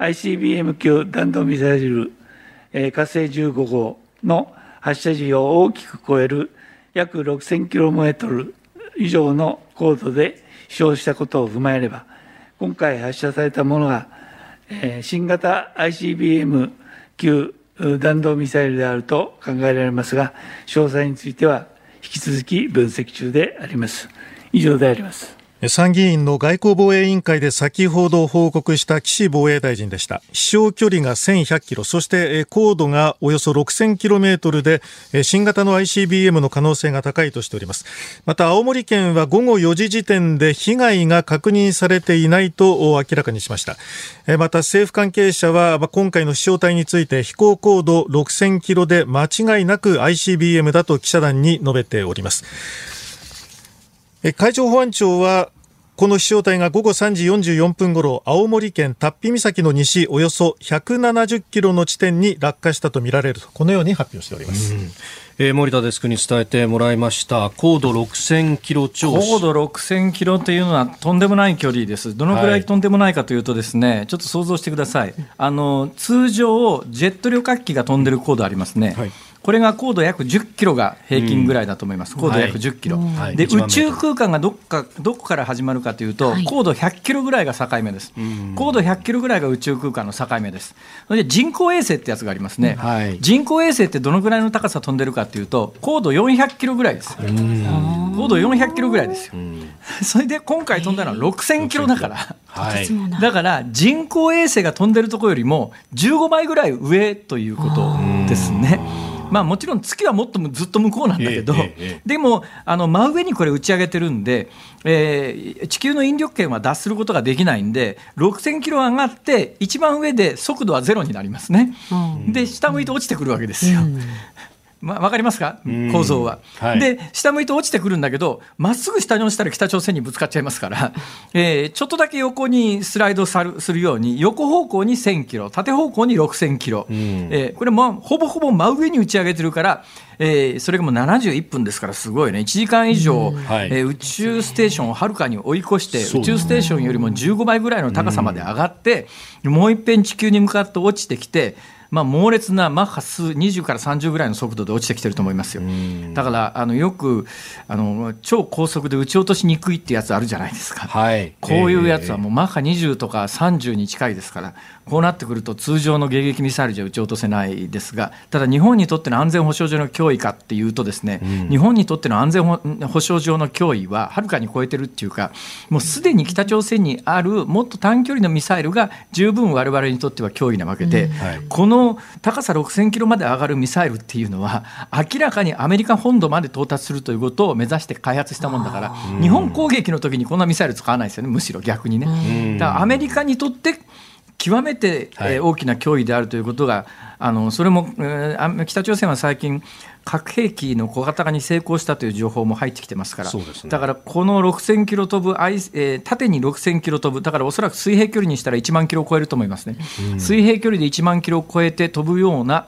ICBM 級弾道ミサイル火星15号の発射時を大きく超える約6000キロメートル以上の高度で飛翔したことを踏まえれば、今回発射されたものが新型 ICBM 級弾道ミサイルであると考えられますが、詳細については引き続き分析中であります。以上であります。 参議院の外交防衛委員会で先ほど報告した岸防衛大臣でした。飛翔距離が1100キロ、そして高度がおよそ6000キロメートルで、新型の ICBM の可能性が高いとしております。また青森県は午後4時時点で被害が確認されていないと明らかにしました。また政府関係者は今回の飛翔体について飛行高度6000キロで間違いなく ICBM だと記者団に述べております。海上保安庁はこの飛翔体が午後3時44分ごろ、青森県龍飛岬の西およそ170キロの地点に落下したとみられると、このように発表しております。 森田デスクに伝えてもらいました。高度6000キロ超高度6000キロというのはとんでもない距離です。どのくらいとんでもないかというとですね、ちょっと想像してください。通常ジェット旅客機が飛んでる高度ありますね、これが高度約10キロが平均ぐらいだと思います。高度約10キロ、で宇宙空間がどこから始まるかというと、高度100キロぐらいが境目です。高度100キロぐらいが宇宙空間の境目です。それで人工衛星ってやつがありますね、人工衛星ってどのぐらいの高さ飛んでるかというと、高度400キロぐらいです。高度400キロぐらいですよ。それで今回飛んだのは6000キロだから、だから人工衛星が飛んでるところよりも15倍ぐらい上ということですね。もちろん月はもっとずっと向こうなんだけど、でも真上にこれ打ち上げてるんで、地球の引力圏は脱することができないんで、6000キロ上がって一番上で速度はゼロになりますね。で下向いて落ちてくるわけですよ。わかりますか、構造は。で下向いて落ちてくるんだけど、まっすぐ下に落ちたら北朝鮮にぶつかっちゃいますから、ちょっとだけ横にスライドするように横方向に1000キロ、縦方向に6000キロ、これもほぼほぼ真上に打ち上げてるから、それがもう71分ですから、すごいね。1時間以上、宇宙ステーションをはるかに追い越して、宇宙ステーションよりも15倍ぐらいの高さまで上がって、もう一遍地球に向かって落ちてきて、猛烈なマッハ数20から30ぐらいの速度で落ちてきてると思いますよ。だからよく超高速で撃ち落としにくいってやつあるじゃないですか、こういうやつはもうマッハ20とか30に近いですから、こうなってくると通常の迎撃ミサイルじゃ撃ち落とせないですが、ただ日本にとっての安全保障上の脅威かっていうとですね、日本にとっての安全保障上の脅威ははるかに超えてるっていうか、もうすでに北朝鮮にあるもっと短距離のミサイルが十分我々にとっては脅威なわけで、この高さ6000キロまで上がるミサイルっていうのは明らかにアメリカ本土まで到達するということを目指して開発したもんだから、日本攻撃の時にこんなミサイル使わないですよね、むしろ逆にね。だからアメリカにとって極めて大きな脅威であるということが、それも北朝鮮は最近核兵器の小型化に成功したという情報も入ってきてますから、だからこの6000キロ飛ぶ、縦に6000キロ飛ぶ、だからおそらく水平距離にしたら1万キロを超えると思いますね。水平距離で1万キロを超えて飛ぶような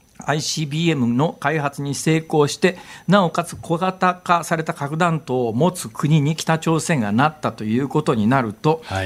ICBM の開発に成功して、なおかつ小型化された核弾頭を持つ国に北朝鮮がなったということになると、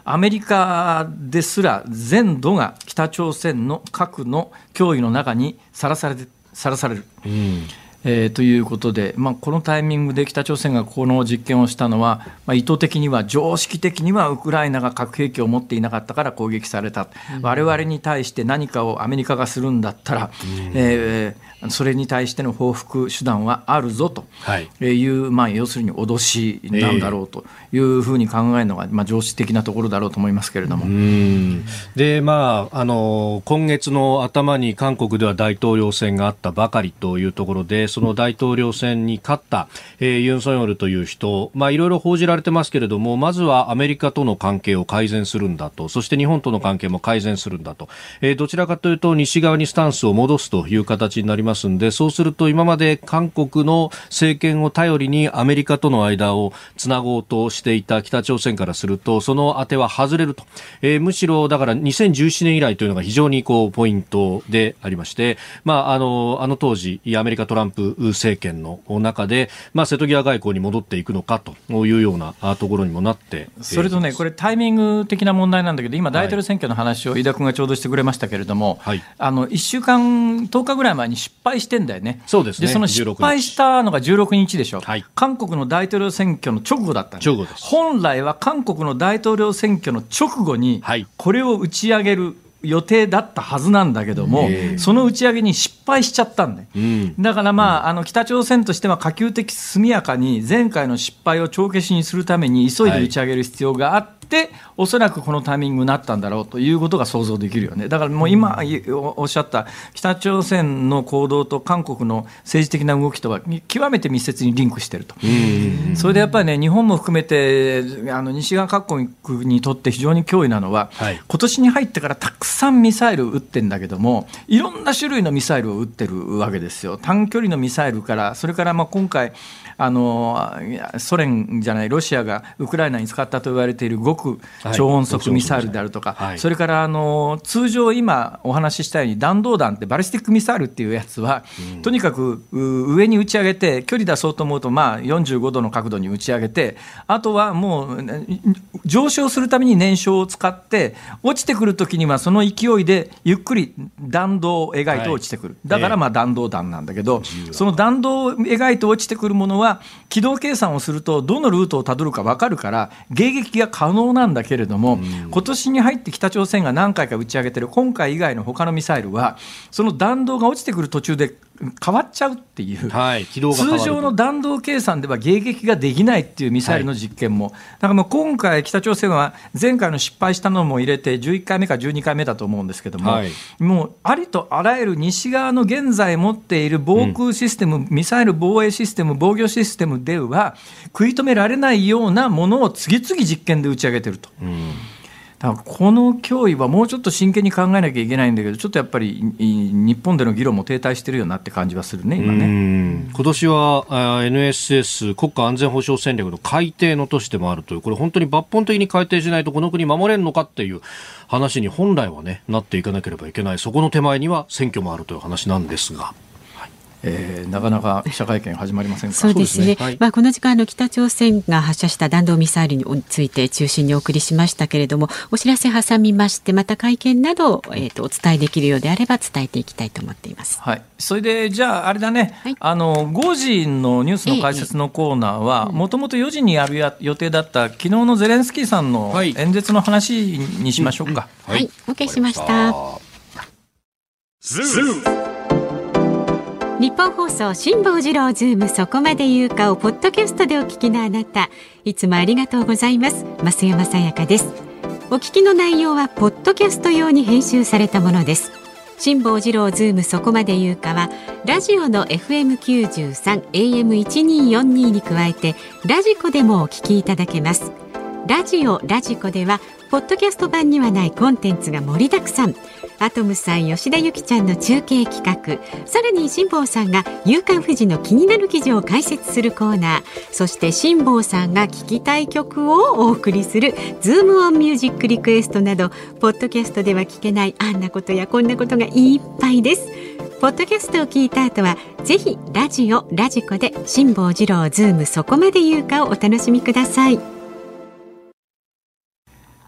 アメリカですら全土が北朝鮮の核の脅威の中にさらされる、ということで、このタイミングで北朝鮮がこの実験をしたのは、意図的には常識的にはウクライナが核兵器を持っていなかったから攻撃された、我々に対して何かをアメリカがするんだったら、それに対しての報復手段はあるぞという、要するに脅しなんだろうというふうに考えるのが、常識的なところだろうと思いますけれども。 で、今月の頭に韓国では大統領選があったばかりというところで、その大統領選に勝った、ユン・ソンヨルという人、いろいろ報じられてますけれども、まずはアメリカとの関係を改善するんだと、そして日本との関係も改善するんだと、どちらかというと西側にスタンスを戻すという形になりますんで、そうすると今まで韓国の政権を頼りにアメリカとの間をつなごうとしていた北朝鮮からすると、その当ては外れると、むしろだから2017年以来というのが非常にポイントでありまして、あの当時アメリカトランプ政権の中で、瀬戸際外交に戻っていくのかというようなところにもなってそれとね、これタイミング的な問題なんだけど、今大統領選挙の話を飯田君がちょうどしてくれましたけれども、1週間10日ぐらい前に失敗してんだよね。 そうですね。 でその失敗したのが16日でしょ、 はい、 韓国の大統領選挙の直後だったんです。本来は韓国の大統領選挙の直後にこれを打ち上げる予定だったはずなんだけども、その打ち上げに失敗しちゃったんで、だから北朝鮮としては可及的速やかに前回の失敗を帳消しにするために急いで打ち上げる必要があって、おそらくこのタイミングになったんだろうということが想像できるよね。だからもう今おっしゃった北朝鮮の行動と韓国の政治的な動きとは極めて密接にリンクしていると。それでやっぱりね、日本も含めて西側各国にとって非常に脅威なのは、今年に入ってからたくさんミサイル撃ってんだけども、いろんな種類のミサイルを撃ってるわけですよ。短距離のミサイルから、それから今回ソ連じゃないロシアがウクライナに使ったと言われている極超音速ミサイルであるとか、それから通常今お話ししたように弾道弾ってバリスティックミサイルっていうやつは、とにかく上に打ち上げて距離出そうと思うと45度の角度に打ち上げて、あとはもう上昇するために燃焼を使って、落ちてくるときにはその勢いでゆっくり弾道を描いて落ちてくる、だから弾道弾なんだけど、その弾道を描いて落ちてくるものは軌道計算をするとどのルートをたどるか分かるから迎撃が可能なんだけれども、今年に入って北朝鮮が何回か打ち上げてる今回以外の他のミサイルはその弾道が落ちてくる途中で変わっちゃうっていう、通常の弾道計算では迎撃ができないっていうミサイルの実験も、だから今回北朝鮮は前回の失敗したのも入れて11回目か12回目だと思うんですけども、もうありとあらゆる西側の現在持っている防空システム、ミサイル防衛システム、防御システムでは食い止められないようなものを次々実験で打ち上げてると。だからこの脅威はもうちょっと真剣に考えなきゃいけないんだけど、ちょっとやっぱり日本での議論も停滞してるよなって感じはするね、今ね。 今年は NSS 国家安全保障戦略の改定の年でもあるという、これ本当に抜本的に改定しないとこの国守れるのかっていう話に本来はねなっていかなければいけない。そこの手前には選挙もあるという話なんですが、 なかなか記者会見始まりませんか。 そうですね。この時間北朝鮮が発射した弾道ミサイルについて中心にお送りしましたけれども、お知らせ挟みまして、また会見など、お伝えできるようであれば伝えていきたいと思っています。 それでじゃああれだね、5時のニュースの解説のコーナーはもともと4時にやる予定だった昨日のゼレンスキーさんの演説の話にしましょうか。 OK しました。日本放送辛坊治郎ズームそこまで言うかをポッドキャストでお聞きのあなた、いつもありがとうございます。増山さやかです。お聞きの内容はポッドキャスト用に編集されたものです。辛坊治郎ズームそこまで言うかはラジオの FM93 AM1242 に加えてラジコでもお聞きいただけます。ラジコではポッドキャスト版にはないコンテンツが盛りだくさん。アトムさん、吉田ゆきちゃんの中継企画、さらに辛坊さんが夕刊フジの気になる記事を解説するコーナー、そして辛坊さんが聴きたい曲をお送りするズームオンミュージックリクエストなど、ポッドキャストでは聞けないあんなことやこんなことがいっぱいです。ポッドキャストを聞いた後はぜひラジコで辛坊治郎ズームそこまで言うかをお楽しみください。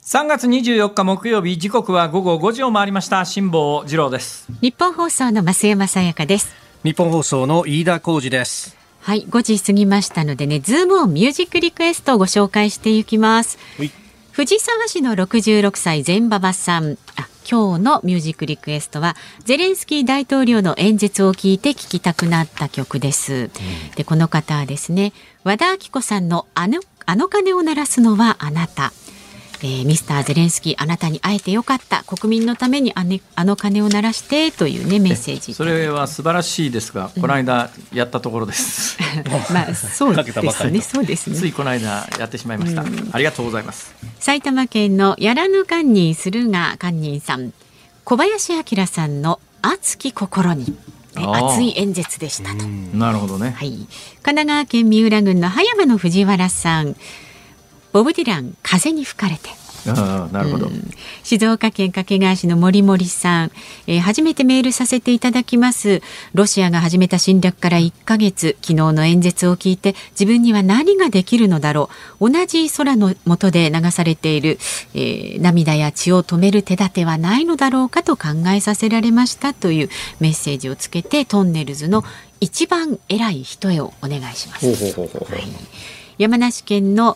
3月24日木曜日、時刻は午後5時を回りました。辛坊治郎です。 日本放送の増山さやかです。 日本放送の飯田浩司です。 はい、5時過ぎましたのでね、ズームオンミュージックリクエストをご紹介していきます。藤沢市の66歳全馬場さん、今日のミュージックリクエストはゼレンスキー大統領の演説を聞いて聴きたくなった曲です。で、この方はですね、和田アキ子さんのあの鐘を鳴らすのはあなた、ミスターゼレンスキー、あなたに会えてよかった、国民のためにあの鐘を鳴らしてという、ね、メッセージ。 それは素晴らしいですが、この間やったところです。 そうですね、そうですね。 ついこの間やってしまいました。ありがとうございます。 埼玉県のやらぬ堪忍駿河堪忍さん、小林明さんの熱き心に、熱い演説でしたと。 なるほどね。 はい、神奈川県三浦郡の葉山の藤原さん、ボブ・ディラン、風に吹かれて。 なるほど。 静岡県掛川市の森森さん、初めてメールさせていただきます。ロシアが始めた侵略から1ヶ月、昨日の演説を聞いて自分には何ができるのだろう、同じ空の下で流されている、涙や血を止める手立てはないのだろうかと考えさせられましたというメッセージをつけて、トンネルズの一番偉い人へをお願いします。山梨県の、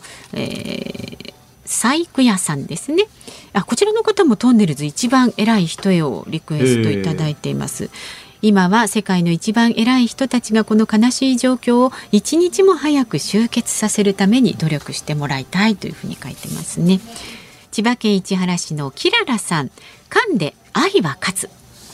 細工屋さんですね。こちらの方もトンネルズ一番偉い人へをリクエストいただいています。今は世界の一番偉い人たちがこの悲しい状況を一日も早く終結させるために努力してもらいたいというふうに書いてますね。千葉県市原市のキララさん、噛んで愛は勝つ。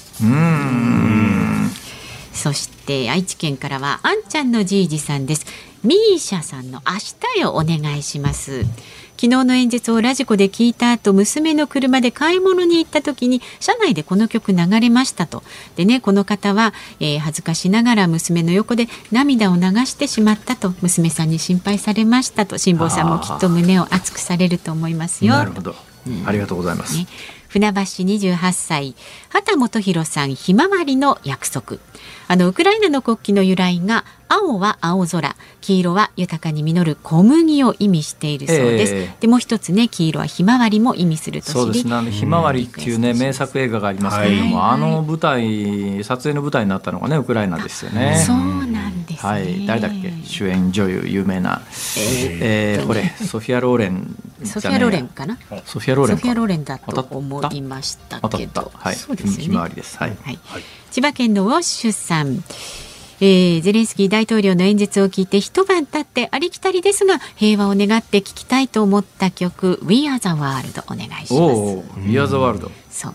そして愛知県からはあんちゃんのじいじさんです。ミーシャさんの明日へお願いします。昨日の演説をラジコで聞いた後、娘の車で買い物に行った時に車内でこの曲流れましたと。でね、この方は、恥ずかしながら娘の横で涙を流してしまったと、娘さんに心配されましたと。辛坊さんもきっと胸を熱くされると思いますよ。 なるほど、ありがとうございます、ね。 船橋28歳畑本博さん、ひまわりの約束。ウクライナの国旗の由来が青は青空、黄色は豊かに実る小麦を意味しているそうです。でもう一つね、黄色はひまわりも意味すると知り、 そうですね、ひまわりっていうね、名作映画がありますけれども、舞台、撮影の舞台になったのがね、ウクライナですよね。 そうなんですね、 はい、誰だっけ、主演女優有名な、これソフィア・ローレンソフィア・ローレンかな、 ソフィア・ローレンだと思いましたけど、 はい、そうですね、ひまわりです。はい、はい、 千葉県のウォッシュさん、ゼレンスキー大統領の演説を聞いて一晩経ってありきたりですが平和を願って聴きたいと思った曲 We Are the World お願いします。 We Are the World。 そう。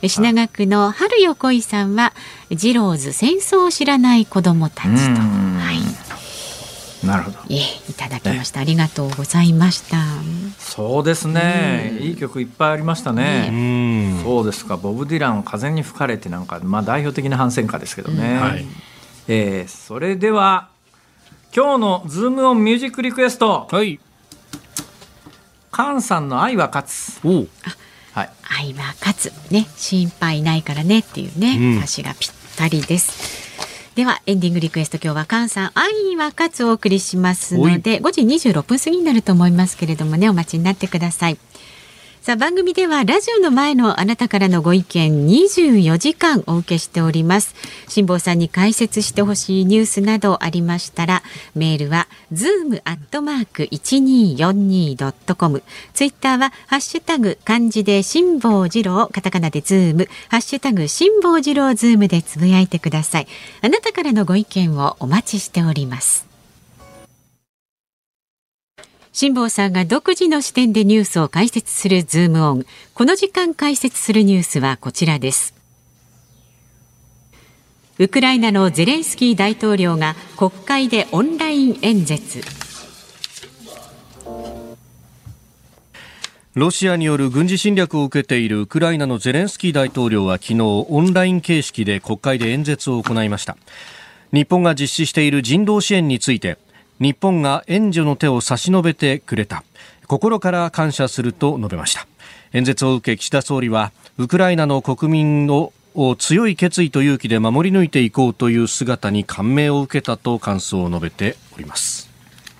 品川区の春よ恋さんはジローズ、戦争を知らない子どもたちと、はい、 なるほど、 いただきました。ありがとうございました。 そうですね、いい曲いっぱいありましたね。そうですか。ボブ・ディラン、風に吹かれて、なんか、代表的な反戦歌ですけどね。はい、それでは今日のズームオンミュージックリクエスト、はい、菅さんの愛は勝つ。はい、愛は勝つね、心配ないからねっていうね、歌詞がぴったりです。ではエンディングリクエスト、今日は菅さん愛は勝つをお送りしますので、5時26分過ぎになると思いますけれどもね、お待ちになってください。さあ、番組ではラジオの前のあなたからのご意見24時間お受けしております。辛坊さんに解説してほしいニュースなどありましたら、メールは zoom@1242.com、 ツイッターはハッシュタグ漢字で辛坊治郎、カタカナでズーム、ハッシュタグ辛坊治郎ズームでつぶやいてください。あなたからのご意見をお待ちしております。辛坊さんが独自の視点でニュースを解説するズームオン。この時間解説するニュースはこちらです。ウクライナのゼレンスキー大統領が国会でオンライン演説。 ロシアによる軍事侵略を受けているウクライナのゼレンスキー大統領は昨日オンライン形式で国会で演説を行いました。日本が実施している人道支援について、日本が援助の手を差し伸べてくれた、心から感謝すると述べました。演説を受け岸田総理は、ウクライナの国民を強い決意と勇気で守り抜いていこうという姿に感銘を受けたと感想を述べております。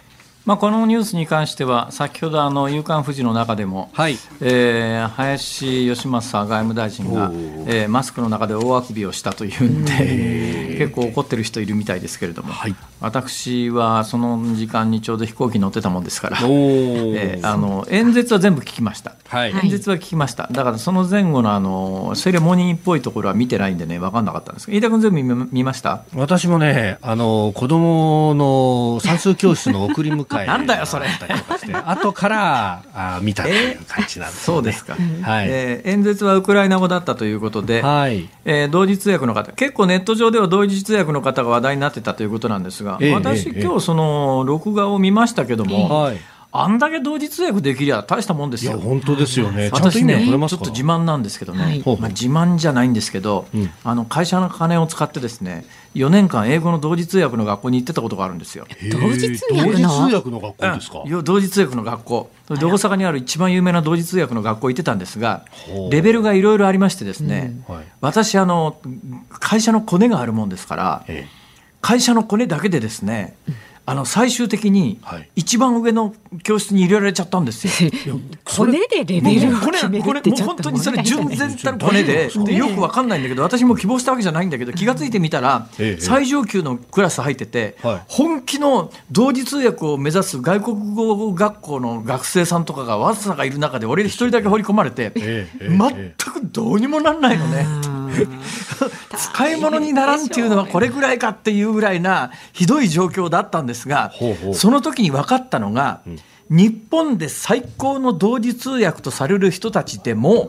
このニュースに関しては先ほど夕刊フジの中でも、はい、林芳正外務大臣が、マスクの中で大あくびをしたというんで結構怒ってる人いるみたいですけれども、はい、私はその時間にちょうど飛行機に乗ってたもんですから演説は全部聞きました、はい、演説は聞きました。だからその前後のセレモニーっぽいところは見てないんでね分かんなかったんですけど、飯田君全部見ました？ 私もね子供の算数教室の送り迎えなんだよそれ後から見たという感じなんですね。 そうですか、はい。演説はウクライナ語だったということで、はい、同時通訳の方結構ネット上では同時通訳の方が話題になってたということなんですが、私今日その録画を見ましたけども、はい、あんだけ同時通訳できりゃ大したもんですよ。 いや本当ですよね。 私ねちょっと自慢なんですけどね、はい、自慢じゃないんですけど、会社の金を使ってですね4年間英語の同時通訳の学校に行ってたことがあるんですよ。 同時通訳の学校ですか？ 同時通訳の学校で大阪にある一番有名な同時通訳の学校行ってたんですが、レベルがいろいろありましてですね、私会社のコネがあるもんですから、会社のコネだけでですね最終的に一番上の教室に入れられちゃったんですよ。 コネでレベルを決めるってちょっと本当にそれ純然たるコネでよく分かんないんだけど、私も希望したわけじゃないんだけど気がついてみたら最上級のクラス入ってて、本気の同時通訳を目指す外国語学校の学生さんとかがわざわざいる中で俺一人だけ放り込まれて全くどうにもなんないのね。使い物にならんっていうのはこれぐらいかっていうぐらいなひどい状況だったんですが、その時に分かったのが、日本で最高の同時通訳とされる人たちでも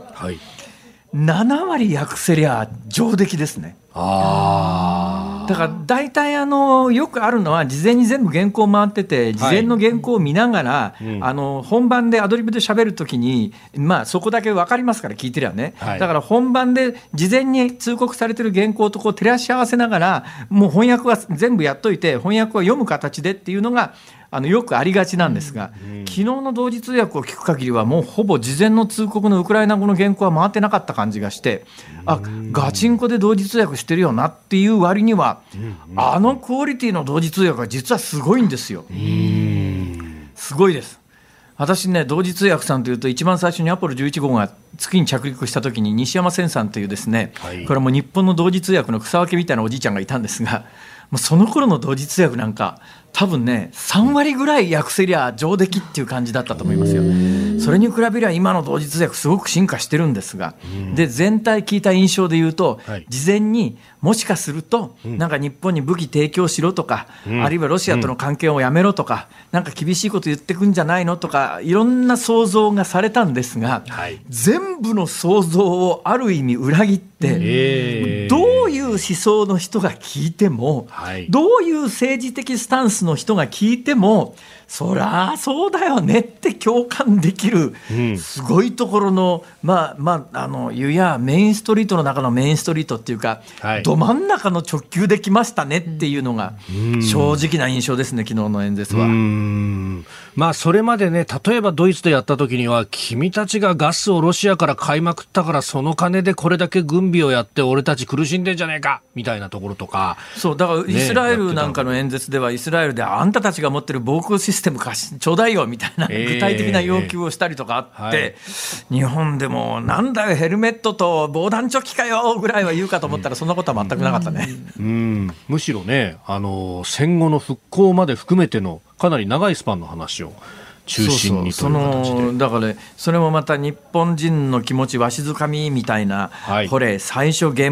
7割訳せりゃ上出来ですね。だから大体よくあるのは事前に全部原稿回ってて事前の原稿を見ながら、本番でアドリブで喋るときに、そこだけ分かりますから聞いてりゃね、だから本番で事前に通告されてる原稿と照らし合わせながらもう翻訳は全部やっといて翻訳は読む形でっていうのがよくありがちなんですが、昨日の同時通訳を聞く限りはもうほぼ事前の通告のウクライナ語の原稿は回ってなかった感じがして、ガチンコで同時通訳してるよなっていう割には、クオリティの同時通訳は実はすごいんですよ。すごいです。私ね同時通訳さんというと一番最初にアポロ11号が月に着陸した時に西山千さんというですね、これも日本の同時通訳の草分けみたいなおじいちゃんがいたんですが、もうその頃の同時通訳なんか多分ね3割ぐらい訳せりゃ上出来っていう感じだったと思いますよ。それに比べりゃ今の同時通訳すごく進化してるんですが、で全体聞いた印象で言うと、事前にもしかするとなんか日本に武器提供しろとか、あるいはロシアとの関係をやめろとか、なんか厳しいこと言ってくんじゃないのとかいろんな想像がされたんですが、全部の想像をある意味裏切って、どういう思想の人が聞いても、どういう政治的スタンスの人が聞いてもそりゃそうだよねって共感できる、すごいところのいやメインストリートの中のメインストリートっていうか、ど真ん中の直球できましたねっていうのが正直な印象ですね、昨日の演説は。 それまでね、例えばドイツでやった時には君たちがガスをロシアから買いまくったからその金でこれだけ軍備をやって俺たち苦しんでんじゃねえかみたいなところとか、 そうだからイスラエルなんかの演説ではイスラエルであんたたちが持ってる防空システムちょうだいよみたいな具体的な要求をしたりとかあって、日本でもなんだよヘルメットと防弾チョッキかよぐらいは言うかと思ったらそんなことは全くなかったね。 むしろね戦後の復興まで含めてのかなり長いスパンの話を中心にという形で、 だからそれもまた日本人の気持ちわしづかみみたいな、これ最初原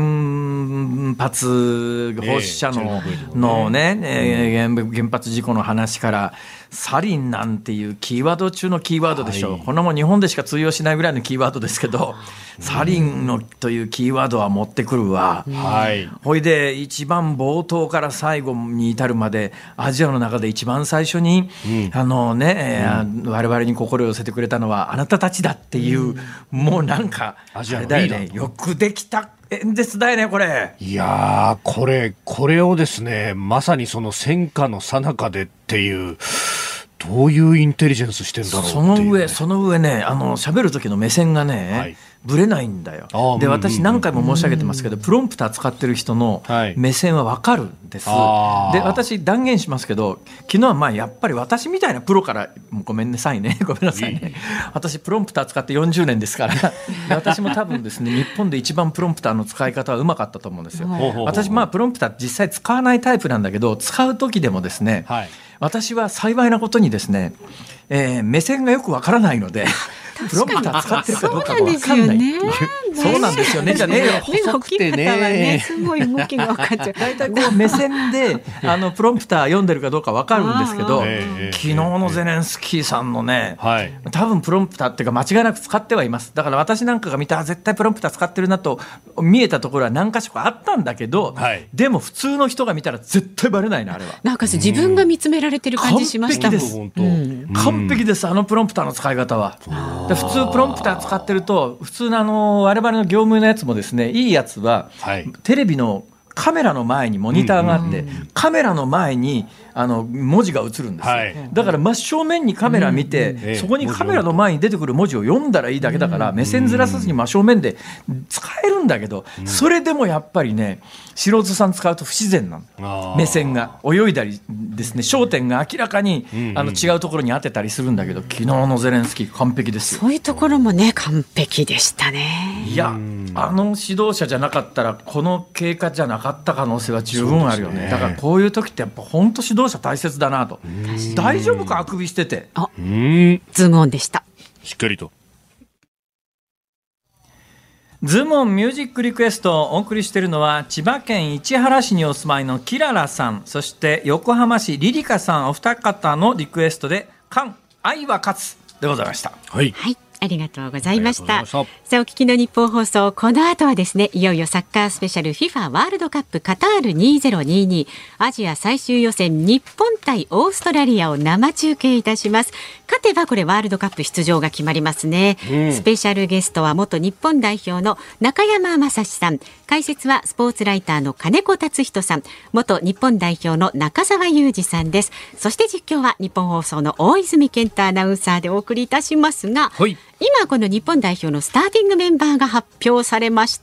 発放射の原発事故の話からサリンなんていうキーワード中のキーワードでしょう、こんなもん日本でしか通用しないぐらいのキーワードですけど、サリンのというキーワードは持ってくるわ、ほいで一番冒頭から最後に至るまでアジアの中で一番最初に、我々に心を寄せてくれたのはあなたたちだっていう、もうなんかあれだよね、よくできた演説だよねこれ。 いやーこれをですね、まさにその戦火の最中でっていう、どういうインテリジェンスしてんだろうっていう、 その上ね喋る時の目線がね、 ぶれないんだよ。で私何回も申し上げてますけど、プロンプター使ってる人の目線は分かるんです。で私断言しますけど、昨日はまあやっぱり私みたいなプロから、ごめんなさいね、ごめんなさいね、私プロンプター使って40年ですから私も多分ですね、日本で一番プロンプターの使い方はうまかったと思うんですよ。私まあプロンプター実際使わないタイプなんだけど、使う時でもですね、私は幸いなことにですね、目線がよくわからないのでプロンプター使ってるかどうかも分かんないっていう。そうなんですよね。じゃあね、 細くてね、すごい動きが分かっちゃう。 大体こう目線でプロンプター読んでるかどうか分かるんですけど、昨日のゼレンスキーさんのね、多分プロンプターっていうか間違いなく使ってはいます。だから私なんかが見た絶対プロンプター使ってるなと見えたところは何か所かあったんだけど、でも普通の人が見たら絶対バレないな、あれは。 なんか自分が見つめられてる感じしましたもん。 完璧です、プロンプターの使い方は。で普通プロンプター使ってると、普通の我々の業務のやつもですね、いいやつは、テレビのカメラの前にモニターがあって、カメラの前に文字が映るんですよ。だから真正面にカメラ見て、そこにカメラの前に出てくる文字を読んだらいいだけだから、目線ずらさずに真正面で使えるんだけど、それでもやっぱりね、素人さん使うと不自然なの。目線が泳いだりですね、焦点が明らかに違うところに当てたりするんだけど、昨日のゼレンスキー完璧ですよ。 そういうところもね、完璧でしたね。 いや、指導者じゃなかったらこの経過じゃなかった可能性は十分あるよね。だからこういう時ってやっぱ本当指導者大切だなと。大丈夫か、あくびしてて。 ズームオンでした。 しっかりとズームオンミュージックリクエストをお送りしているのは、千葉県市原市にお住まいのキララさん、そして横浜市リリカさん、お二方のリクエストで愛は勝つでございました。 はい、ありがとうございました。さあ、お聞きの日本放送、この後はですね、いよいよサッカースペシャル FIFA ワールドカップカタール2022アジア最終予選、日本対オーストラリアを生中継いたします。勝てばこれワールドカップ出場が決まりますね。スペシャルゲストは元日本代表の中山雅史さん、解説はスポーツライターの金子達人さん、元日本代表の中澤裕二さんです。そして実況は日本放送の大泉健太アナウンサーでお送りいたしますが、今この日本代表のスターティングメンバーが発表されました。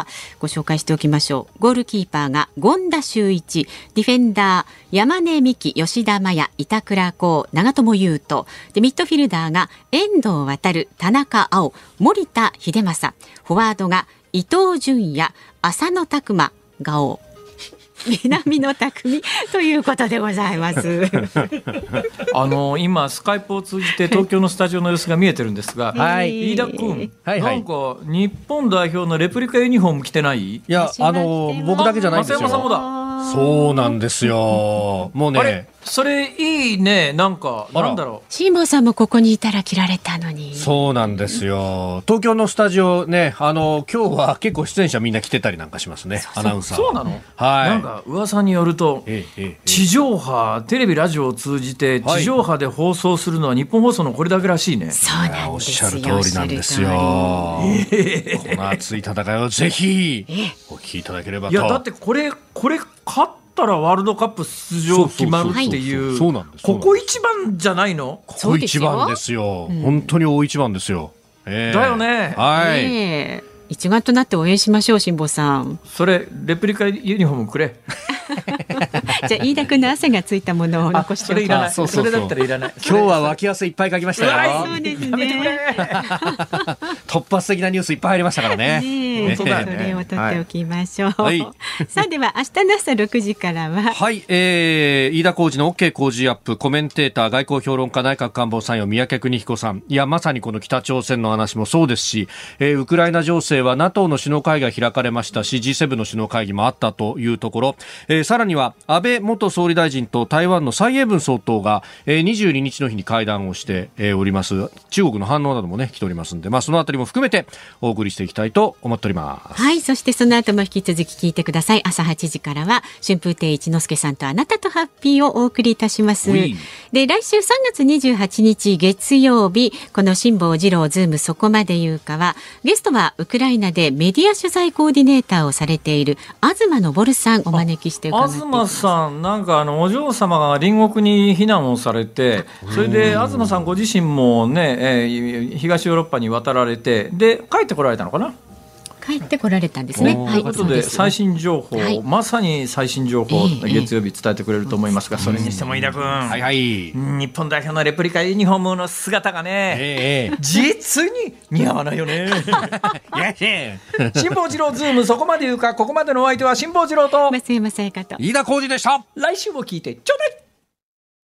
ご紹介しておきましょう。ゴールキーパーが権田修一、ディフェンダー山根美希、吉田麻也、板倉滉、長友佑都で、ミッドフィルダーが遠藤航、田中碧、森田英正、フォワードが伊東純也、浅野拓磨、ガオ南野拓実ということでございます今スカイプを通じて東京のスタジオの様子が見えてるんですが、飯田君、なんか日本代表のレプリカユニフォーム着てない？ いや、僕だけじゃないんですよ。 松山さんもだ。 そうなんですよ。もうね、 あれ、それいいね。なんかなんだろう、 辛坊さんもここにいたら着られたのに。 そうなんですよ。東京のスタジオね、今日は結構出演者みんな来てたりなんかしますね。アナウンサー。 そうなの？なんか噂によると、地上波、テレビラジオを通じて地上波で放送するのは日本放送のこれだけらしいね。 そうなんですよ。 おっしゃる通りなんですよ。この熱い戦いをぜひお聞きいただければと。 いや、だってこれ勝ったらワールドカップ出場決まるっていう、ここ一番じゃないの？ ここ一番ですよ。本当に大一番ですよ。 だよね。 一丸となって応援しましょう、辛坊さん。 それレプリカユニフォームくれ。 じゃあ飯田君の汗がついたものを残しておきます。 それだったらいらない。 今日は脇汗いっぱいかきましたよ。 そうですね。 突発的なニュースいっぱい入りましたからね。 それを取っておきましょう。さあ、では明日の朝6時からは、 飯田浩司の OK 工事アップ、コメンテーター外交評論家内閣官房参与三宅邦彦さん。いや、まさにこの北朝鮮の話もそうですし、ウクライナ情勢は NATO の首脳会議が開かれましたし、 G7 の首脳会議もあったというところ、さらには安倍元総理大臣と台湾の蔡英文総統が、22日の日に会談をして、おります。中国の反応などもね来ておりますので、そのあたりも含めてお送りしていきたいと思っております。 はい、そしてその後も引き続き聞いてください。朝8時からは春風亭一之輔さんとあなたとハッピーをお送りいたします。で、来週3月28日月曜日、この辛坊治郎ズームそこまで言うかは、ゲストはウクライナでメディア取材コーディネーターをされている東昇さんお招きして伺っています。 東さん、なんかお嬢様が隣国に避難をされて、それで東さんご自身もね、東ヨーロッパに渡られて、 て、で帰ってこられたのかな。 帰ってこられたんですね。 ということで最新情報、 はい、 まさに最新情報、月曜日伝えてくれると思いますが、それにしても飯田君、 はいはい、 日本代表のレプリカユニフォームの姿がね、実に似合わないよね。辛坊治郎ズーム、そこまで言うか。ここまでのお相手は辛坊治郎と増山さやかと飯田浩司でした。 来週も聞いてちょうだい。